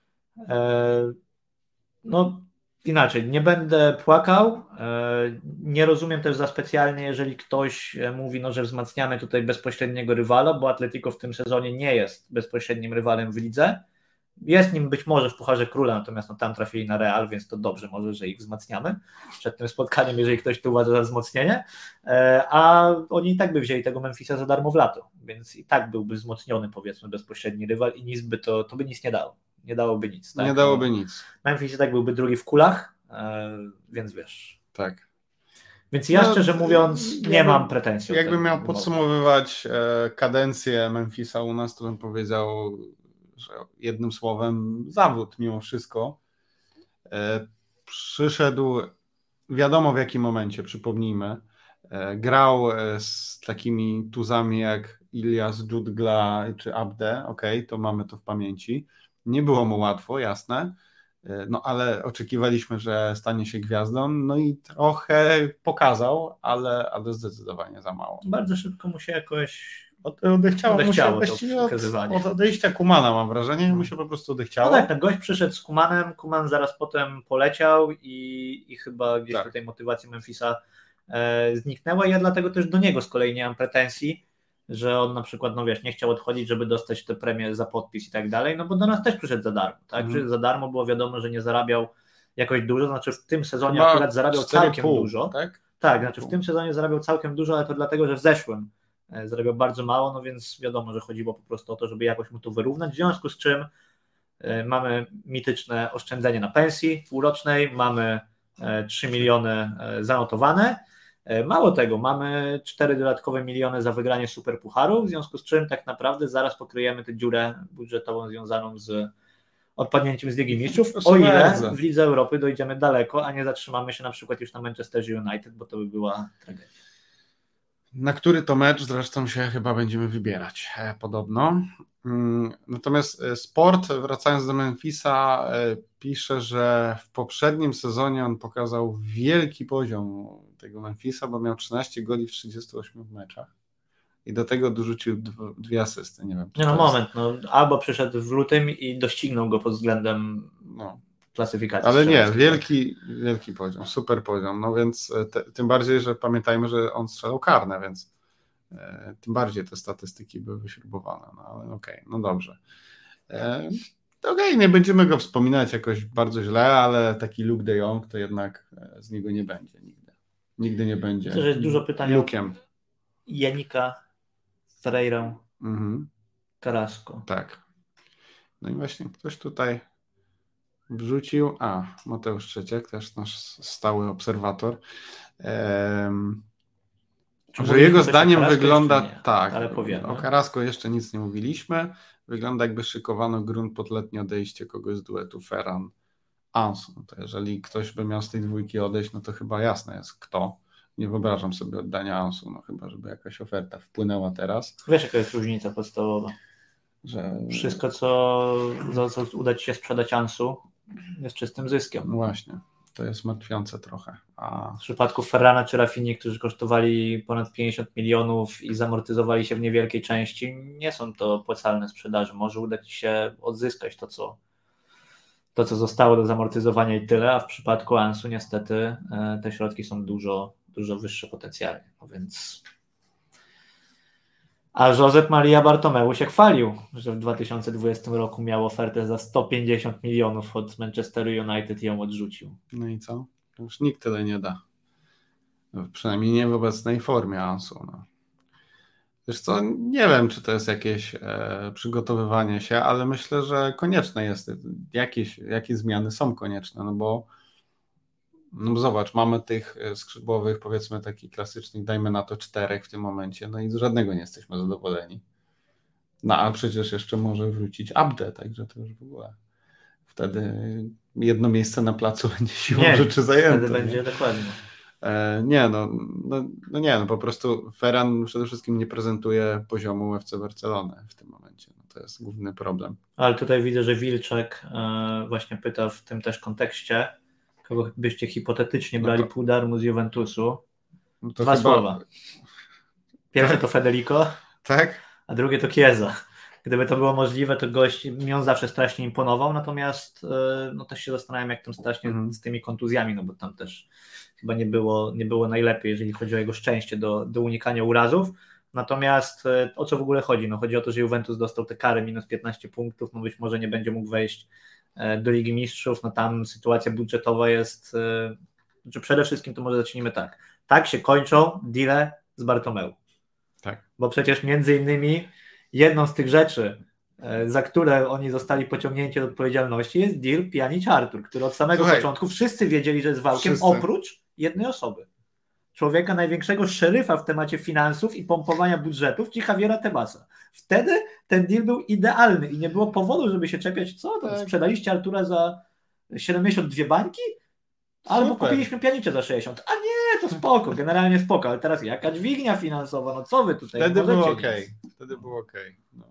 No inaczej, nie będę płakał, nie rozumiem też za specjalnie, jeżeli ktoś mówi, no, że wzmacniamy tutaj bezpośredniego rywala, bo Atletico w tym sezonie nie jest bezpośrednim rywalem w lidze, jest nim być może w Pucharze Króla, natomiast no, tam trafili na Real, więc to dobrze może, że ich wzmacniamy przed tym spotkaniem, jeżeli ktoś to uważa za wzmocnienie, a oni i tak by wzięli tego Memphisa za darmo w lato, więc i tak byłby wzmocniony, powiedzmy, bezpośredni rywal i nic by to, to by nic nie dało. Nie dałoby nic. Tak? Nie dałoby nic. Memphis i tak byłby drugi w kulach, więc wiesz. Tak. Więc ja no, szczerze mówiąc nie jakby, mam pretensji. Jakbym miał podsumowywać kadencję Memphisa u nas, to bym powiedział, że jednym słowem zawód mimo wszystko. Przyszedł, wiadomo w jakim momencie, przypomnijmy, grał z takimi tuzami jak Ilias, Dżudgla czy Abde, ok, to mamy to w pamięci. Nie było mu łatwo, jasne, no ale oczekiwaliśmy, że stanie się gwiazdą, no i trochę pokazał, ale, ale zdecydowanie za mało. Bardzo szybko mu się jakoś od, odechciało, odechciało mu się od, od odejścia Kumana, mam wrażenie, mu się po prostu odechciało. No tak, ten gość przyszedł z Kumanem, Kuman zaraz potem poleciał i, i chyba gdzieś tak. tutaj motywacja Memphisa e, zniknęła. Ja dlatego też do niego z kolei nie mam pretensji, że on na przykład, no wiesz, nie chciał odchodzić, żeby dostać tę premię za podpis i tak dalej, no bo do nas też przyszedł za darmo, tak? Mm. Przyszedł za darmo, było wiadomo, że nie zarabiał jakoś dużo, znaczy w tym sezonie chyba akurat zarabiał całkiem pół, dużo. Tak? Tak, znaczy w tym sezonie zarabiał całkiem dużo, ale to dlatego, że w zeszłym zarabiał bardzo mało, no więc wiadomo, że chodziło po prostu o to, żeby jakoś mu to wyrównać, w związku z czym mamy mityczne oszczędzenie na pensji półrocznej, mamy trzy miliony zanotowane. Mało tego, mamy cztery dodatkowe miliony za wygranie Superpucharu, w związku z czym tak naprawdę zaraz pokryjemy tę dziurę budżetową związaną z odpadnięciem z Ligi Mistrzów, Proszę o ile bardzo. w Lidze Europy dojdziemy daleko, a nie zatrzymamy się na przykład już na Manchesterze United, bo to by była tragedia. Na który to mecz zresztą się chyba będziemy wybierać, podobno. Natomiast Sport, wracając do Memphisa, pisze, że w poprzednim sezonie on pokazał wielki poziom tego Memphisa, bo miał trzynaście goli w trzydziestu ośmiu meczach i do tego dorzucił dwie asysty. Nie wiem. Nie no moment, no, albo przyszedł w lutym i doścignął go pod względem no. klasyfikacji. Ale nie, wielki, wielki poziom, super poziom, no więc te, tym bardziej, że pamiętajmy, że on strzelał karne, więc e, tym bardziej te statystyki były wyśrubowane, no ale okej, okay, no dobrze. E, okej, okay, nie będziemy go wspominać jakoś bardzo źle, ale taki Luke de Jong to jednak z niego nie będzie nigdy. Nigdy nie będzie. To jest dużo pytań Lukiem. o Janika, Ferreirę, mhm. Carrasco. Tak. No i właśnie ktoś tutaj wrzucił, a Mateusz Trzeciak, też nasz stały obserwator, ehm, że jego zdaniem wygląda tak, ale powiem, o Carrasco jeszcze nic nie mówiliśmy, wygląda jakby szykowano grunt pod letnie odejście kogoś z duetu Ferran Ansu. No to jeżeli ktoś by miał z tej dwójki odejść, no to chyba jasne jest kto. Nie wyobrażam sobie oddania Ansu, no chyba żeby jakaś oferta wpłynęła teraz. Wiesz, jaka jest różnica podstawowa? Że... Wszystko, co, co, co uda ci się sprzedać Ansu, jest czystym zyskiem. No właśnie, to jest martwiące trochę. A... W przypadku Ferrana czy Rafinii, którzy kosztowali ponad pięćdziesiąt milionów i zamortyzowali się w niewielkiej części, nie są to opłacalne sprzedaże. Może uda ci się odzyskać to, co to, co zostało do zamortyzowania i tyle, a w przypadku Ansu niestety te środki są dużo, dużo wyższe potencjalnie. No więc... A Josep Maria Bartomeu się chwalił, że w dwa tysiące dwudziestym roku miał ofertę za sto pięćdziesiąt milionów od Manchesteru United i ją odrzucił. No i co? Już nikt tyle nie da. Przynajmniej nie w obecnej formie Ansu. No. Wiesz co, nie wiem, czy to jest jakieś e, przygotowywanie się, ale myślę, że konieczne jest. Jakieś, jakieś zmiany są konieczne, no bo no zobacz, mamy tych skrzydłowych, powiedzmy takich klasycznych, dajmy na to czterech w tym momencie, no i z żadnego nie jesteśmy zadowoleni. No a przecież jeszcze może wrócić Abde, także to już w ogóle wtedy jedno miejsce na placu będzie siłą nie, rzeczy zajęte. Wtedy będzie dokładnie. E, nie, no, no, no nie, no po prostu Ferran przede wszystkim nie prezentuje poziomu F C Barcelony w tym momencie. No, to jest główny problem. Ale tutaj widzę, że Wilczek e, właśnie pyta w tym też kontekście, kogo byście hipotetycznie brali no to, pół darmu z Juventusu. No to Dwa chyba... słowa. Pierwsze to Federico, tak? A drugie to Chiesa. Gdyby to było możliwe, to gość mi on zawsze strasznie imponował, natomiast no też się zastanawiam, jak tam strasznie mm. z tymi kontuzjami, no bo tam też chyba nie było, nie było najlepiej, jeżeli chodzi o jego szczęście do, do unikania urazów. Natomiast o co w ogóle chodzi? No chodzi o to, że Juventus dostał te kary minus piętnaście punktów, no być może nie będzie mógł wejść do Ligi Mistrzów, no tam sytuacja budżetowa jest, że przede wszystkim to może zacznijmy tak. Tak się kończą deale z Bartomeu. Tak. Bo przecież między innymi jedną z tych rzeczy, za które oni zostali pociągnięci do odpowiedzialności, jest deal Pjanić Artur, który od samego Słuchaj, początku wszyscy wiedzieli, że jest wałkiem, wszyscy. oprócz jednej osoby. Człowieka największego szeryfa w temacie finansów i pompowania budżetów, czyli Javiera Tebasa. Wtedy ten deal był idealny i nie było powodu, żeby się czepiać, co to Tak. sprzedaliście Artura za siedemdziesiąt dwie bańki? Albo Super. kupiliśmy Pjanicia za sześćdziesiąt. A nie, to spoko, generalnie spoko, ale teraz jaka dźwignia finansowa, no co wy tutaj? Wtedy było możecie okej. nic. Wtedy było okej. No.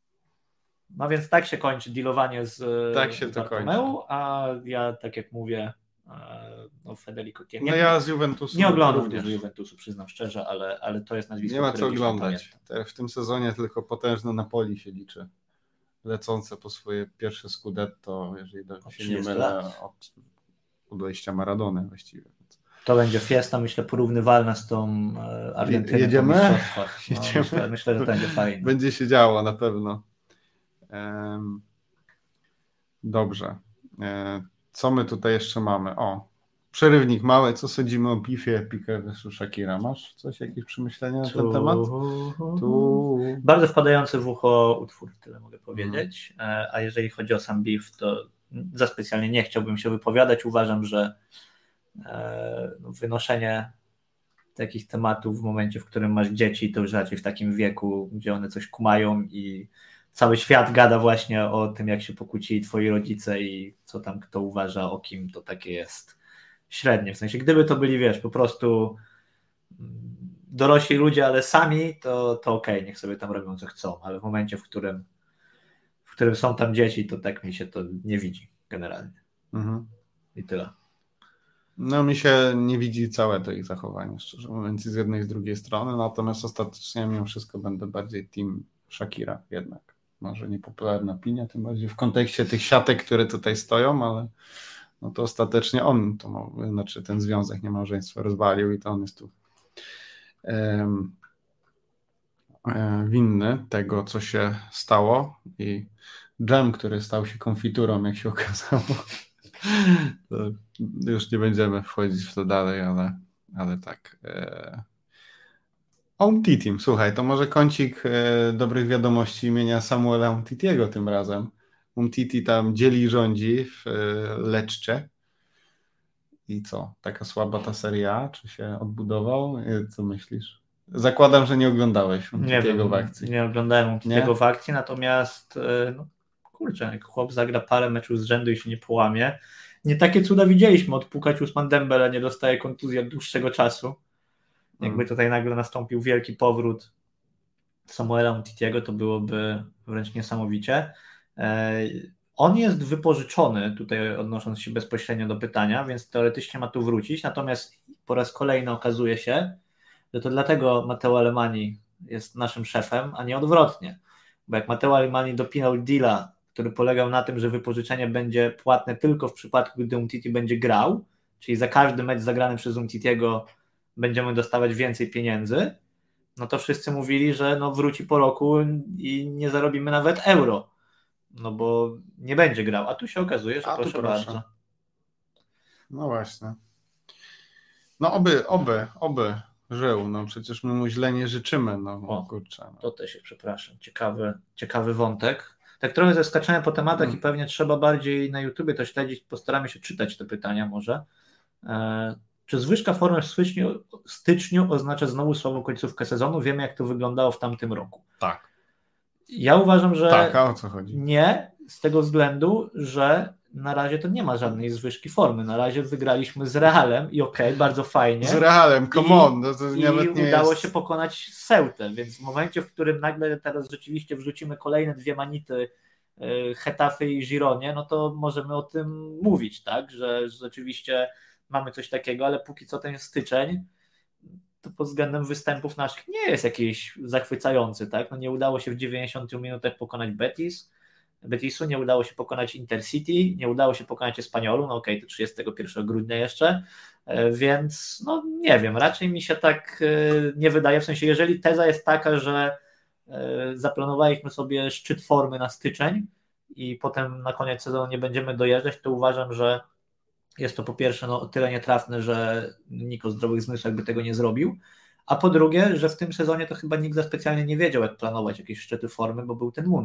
No więc tak się kończy dealowanie z Tak się z to Bartomeu, kończy. a ja, tak jak mówię, no Federico nie, No ja z Juventusu nie oglądam również. dużo Juventusu, przyznam szczerze, ale, ale to jest nazwisko, Nie ma które co gdzieś tam oglądać. pamiętam. Te- W tym sezonie tylko potężne Napoli się liczy. Lecące po swoje pierwsze scudetto, jeżeli do, się nie trzydzieści mylę, lat. od odejścia Maradony właściwie. To będzie fiesta, myślę, porównywalna z tą e, Argentyną. Jedziemy? po mistrzostwach. No, Jedziemy? myślę, myślę, że to będzie fajne. Będzie się działo na pewno. Em, Dobrze. E, Co my tutaj jeszcze mamy? O, przerywnik mały. Co sądzimy o bifie Piqué versus Shakira? Masz coś, jakieś przemyślenia na ten temat? Tu... Bardzo wpadający w ucho utwór, tyle mogę powiedzieć. Hmm. A jeżeli chodzi o sam beef, to za specjalnie nie chciałbym się wypowiadać. Uważam, że e, wynoszenie takich tematów w momencie, w którym masz dzieci, to już raczej w takim wieku, gdzie one coś kumają i cały świat gada właśnie o tym, jak się pokłócili twoi rodzice i co tam kto uważa, o kim, to takie jest średnie. W sensie, gdyby to byli, wiesz, po prostu dorośli ludzie, ale sami, to, to okej, okay, niech sobie tam robią co chcą, ale w momencie, w którym w którym są tam dzieci, to tak mi się to nie widzi generalnie. Mhm. I tyle. No mi się nie widzi całe to ich zachowanie, szczerze mówiąc, z jednej i z drugiej strony, natomiast ostatecznie mimo wszystko będę bardziej team Shakira jednak. Może niepopularna opinia, tym bardziej w kontekście tych siatek, które tutaj stoją, ale no to ostatecznie on, to znaczy ten związek niemałżeństwa rozwalił i to on jest tu um, winny tego, co się stało i dżem, który stał się konfiturą, jak się okazało. To już nie będziemy wchodzić w to dalej, ale, ale tak. Umtiti, słuchaj, to może kącik e, dobrych wiadomości imienia Samuela Umtitiego tym razem. Umtiti tam dzieli i rządzi w e, Lecce. I co? Taka słaba ta Serie A? Czy się odbudował? E, co myślisz? Zakładam, że nie oglądałeś Umtitiego w akcji. Nie oglądałem Umtitiego w akcji, natomiast e, no, kurczę, jak chłop zagra parę meczów z rzędu i się nie połamie. Nie takie cuda widzieliśmy. Odpukać Ousmane Dembele, nie dostaje kontuzji od dłuższego czasu. Jakby tutaj nagle nastąpił wielki powrót Samuela Umtitiego, to byłoby wręcz niesamowicie. On jest wypożyczony, tutaj odnosząc się bezpośrednio do pytania, więc teoretycznie ma tu wrócić, natomiast po raz kolejny okazuje się, że to dlatego Matteo Alemani jest naszym szefem, a nie odwrotnie. Bo jak Matteo Alemani dopinał deala, który polegał na tym, że wypożyczenie będzie płatne tylko w przypadku, gdy Umtiti będzie grał, czyli za każdy mecz zagrany przez Umtitiego będziemy dostawać więcej pieniędzy, no to wszyscy mówili, że no wróci po roku i nie zarobimy nawet euro, no bo nie będzie grał, a tu się okazuje, że a, proszę, proszę bardzo. No właśnie. No oby, oby, oby żył, no przecież my mu źle nie życzymy, no o, kurczę. No. To też się przepraszam, ciekawy, ciekawy wątek. Tak trochę zeskaczenia po tematach hmm. i pewnie trzeba bardziej na YouTubie to śledzić, postaramy się czytać te pytania może. E- Czy zwyżka formy w styczniu, styczniu oznacza znowu słabą końcówkę sezonu? Wiemy, jak to wyglądało w tamtym roku. Tak. Ja uważam, że tak, a o co chodzi? Nie, z tego względu, że na razie to nie ma żadnej zwyżki formy. Na razie wygraliśmy z Realem i okej, okay, bardzo fajnie. Z Realem, come I, on. No to I nawet nie udało jest... się pokonać Ceutę, więc w momencie, w którym nagle teraz rzeczywiście wrzucimy kolejne dwie manity Hetafy i Gironie, no to możemy o tym mówić, tak, że, że rzeczywiście mamy coś takiego, ale póki co ten styczeń to pod względem występów naszych nie jest jakiś zachwycający, tak? No nie udało się w dziewięćdziesięciu minutach pokonać Betis, Betisu, nie udało się pokonać Intercity, nie udało się pokonać Espanyolu, no okej, okay, to trzydziestego pierwszego grudnia jeszcze, więc no nie wiem, raczej mi się tak nie wydaje, w sensie jeżeli teza jest taka, że zaplanowaliśmy sobie szczyt formy na styczeń i potem na koniec sezonu nie będziemy dojeżdżać, to uważam, że jest to po pierwsze no, o tyle nietrafne, że nikt o zdrowych zmysłach by tego nie zrobił, a po drugie, że w tym sezonie to chyba nikt za specjalnie nie wiedział, jak planować jakieś szczyty formy, bo był ten mundial.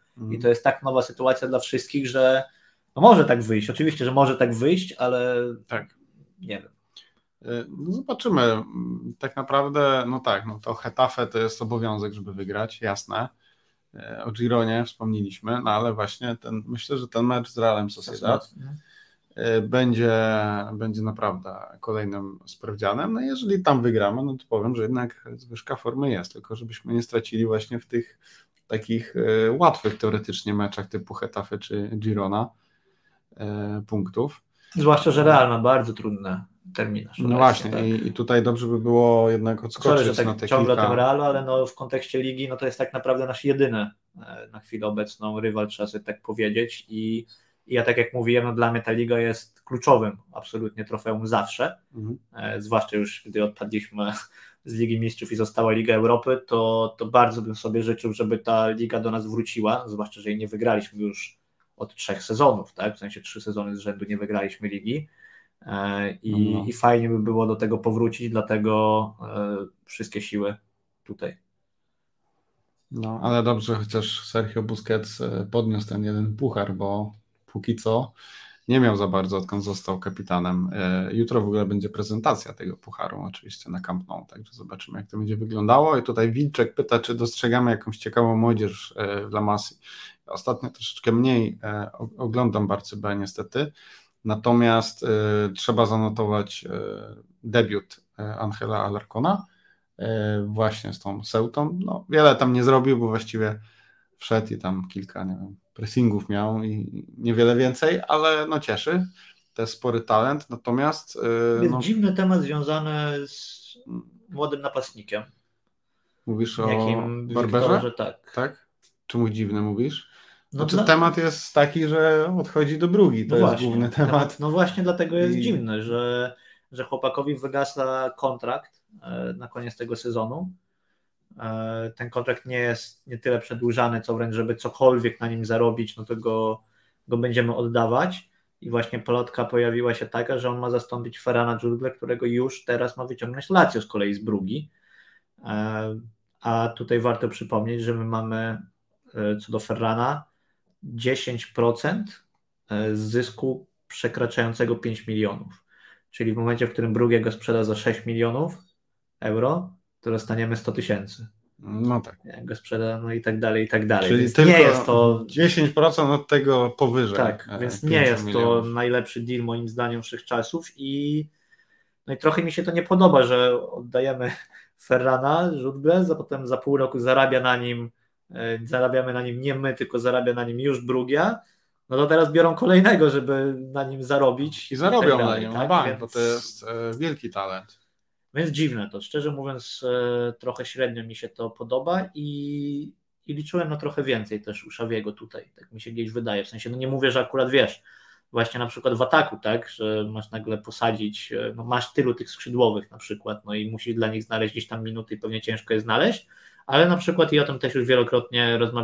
mm. i to jest tak nowa sytuacja dla wszystkich, że no może tak wyjść, oczywiście, że może tak wyjść, ale tak. nie wiem. No zobaczymy. Tak naprawdę, no tak, no to Getafe to jest obowiązek, żeby wygrać, jasne. O Gironie wspomnieliśmy, no ale właśnie ten, myślę, że ten mecz z Realem Sociedad będzie, będzie naprawdę kolejnym sprawdzianem. No i jeżeli tam wygramy, no to powiem, że jednak zwyżka formy jest, tylko żebyśmy nie stracili właśnie w tych takich łatwych teoretycznie meczach typu Getafe czy Girona punktów. Zwłaszcza, że Real ma bardzo trudne terminarz. No właśnie, tak. i, i tutaj dobrze by było jednak odskoczyć Sorry, że tak na te ciągle kilka... o tym Realu, ale no w kontekście ligi no to jest tak naprawdę nasz jedyny na chwilę obecną rywal, trzeba sobie tak powiedzieć i, i ja tak jak mówiłem, no dla mnie ta liga jest kluczowym absolutnie trofeum zawsze, mhm. e, zwłaszcza już gdy odpadliśmy z Ligi Mistrzów i została Liga Europy, to, to bardzo bym sobie życzył, żeby ta liga do nas wróciła, zwłaszcza, że jej nie wygraliśmy już od trzech sezonów, tak? W sensie trzy sezony z rzędu nie wygraliśmy ligi i, no. i fajnie by było do tego powrócić, dlatego e, wszystkie siły tutaj. No, ale dobrze, chociaż Sergio Busquets podniósł ten jeden puchar, bo póki co nie miał za bardzo, odkąd został kapitanem. Jutro w ogóle będzie prezentacja tego pucharu, oczywiście na Camp Nou, także zobaczymy, jak to będzie wyglądało. I tutaj Wilczek pyta, czy dostrzegamy jakąś ciekawą młodzież w La Masii. Ostatnio troszeczkę mniej oglądam Barcy B niestety, natomiast trzeba zanotować debiut Angela Alarcona właśnie z tą Ceutą. No, wiele tam nie zrobił, bo właściwie wszedł i tam kilka, nie wiem, pressingów miał i niewiele więcej, ale no cieszy. To jest spory talent, natomiast... Jest no, dziwny temat związany z młodym napastnikiem. Mówisz o Jakim Barberze? Tak. tak? Czemu dziwny mówisz? Znaczy no, temat jest taki, że odchodzi do Brugi, to no jest właśnie, główny temat. temat. No właśnie dlatego jest I... dziwny, że, że chłopakowi wygasa kontrakt na koniec tego sezonu. Ten kontrakt nie jest nie tyle przedłużany, co wręcz, żeby cokolwiek na nim zarobić, no to go, go będziemy oddawać. I właśnie plotka pojawiła się taka, że on ma zastąpić Ferrana Jurgle, którego już teraz ma wyciągnąć Lazio z kolei z Brugi. A tutaj warto przypomnieć, że my mamy co do Ferrana dziesięć procent zysku przekraczającego pięć milionów. Czyli w momencie, w którym Brugge go sprzeda za sześć milionów euro, to dostaniemy sto tysięcy. No tak. Jak go sprzeda, no i tak dalej, i tak dalej. Czyli więc tylko nie jest to dziesięć procent od tego powyżej. Tak, więc nie jest milionów. To najlepszy deal moim zdaniem wszechczasów i no i trochę mi się to nie podoba, że oddajemy Ferrana, Jurgle, a potem za pół roku zarabia na nim, zarabiamy na nim nie my, tylko zarabia na nim już Brugge. No to teraz biorą kolejnego, żeby na nim zarobić. I zarobią i tak dalej, na nim, tak? na bank, Więc... bo to jest e, wielki talent. Więc dziwne to, szczerze mówiąc e, trochę średnio mi się to podoba i, i liczyłem na trochę więcej też u Xaviego tutaj, tak mi się gdzieś wydaje, w sensie no nie mówię, że akurat wiesz, właśnie na przykład w ataku, tak, że masz nagle posadzić, no masz tylu tych skrzydłowych na przykład, no i musisz dla nich znaleźć gdzieś tam minuty i pewnie ciężko je znaleźć, ale na przykład i o tym też już wielokrotnie rozmawialiśmy,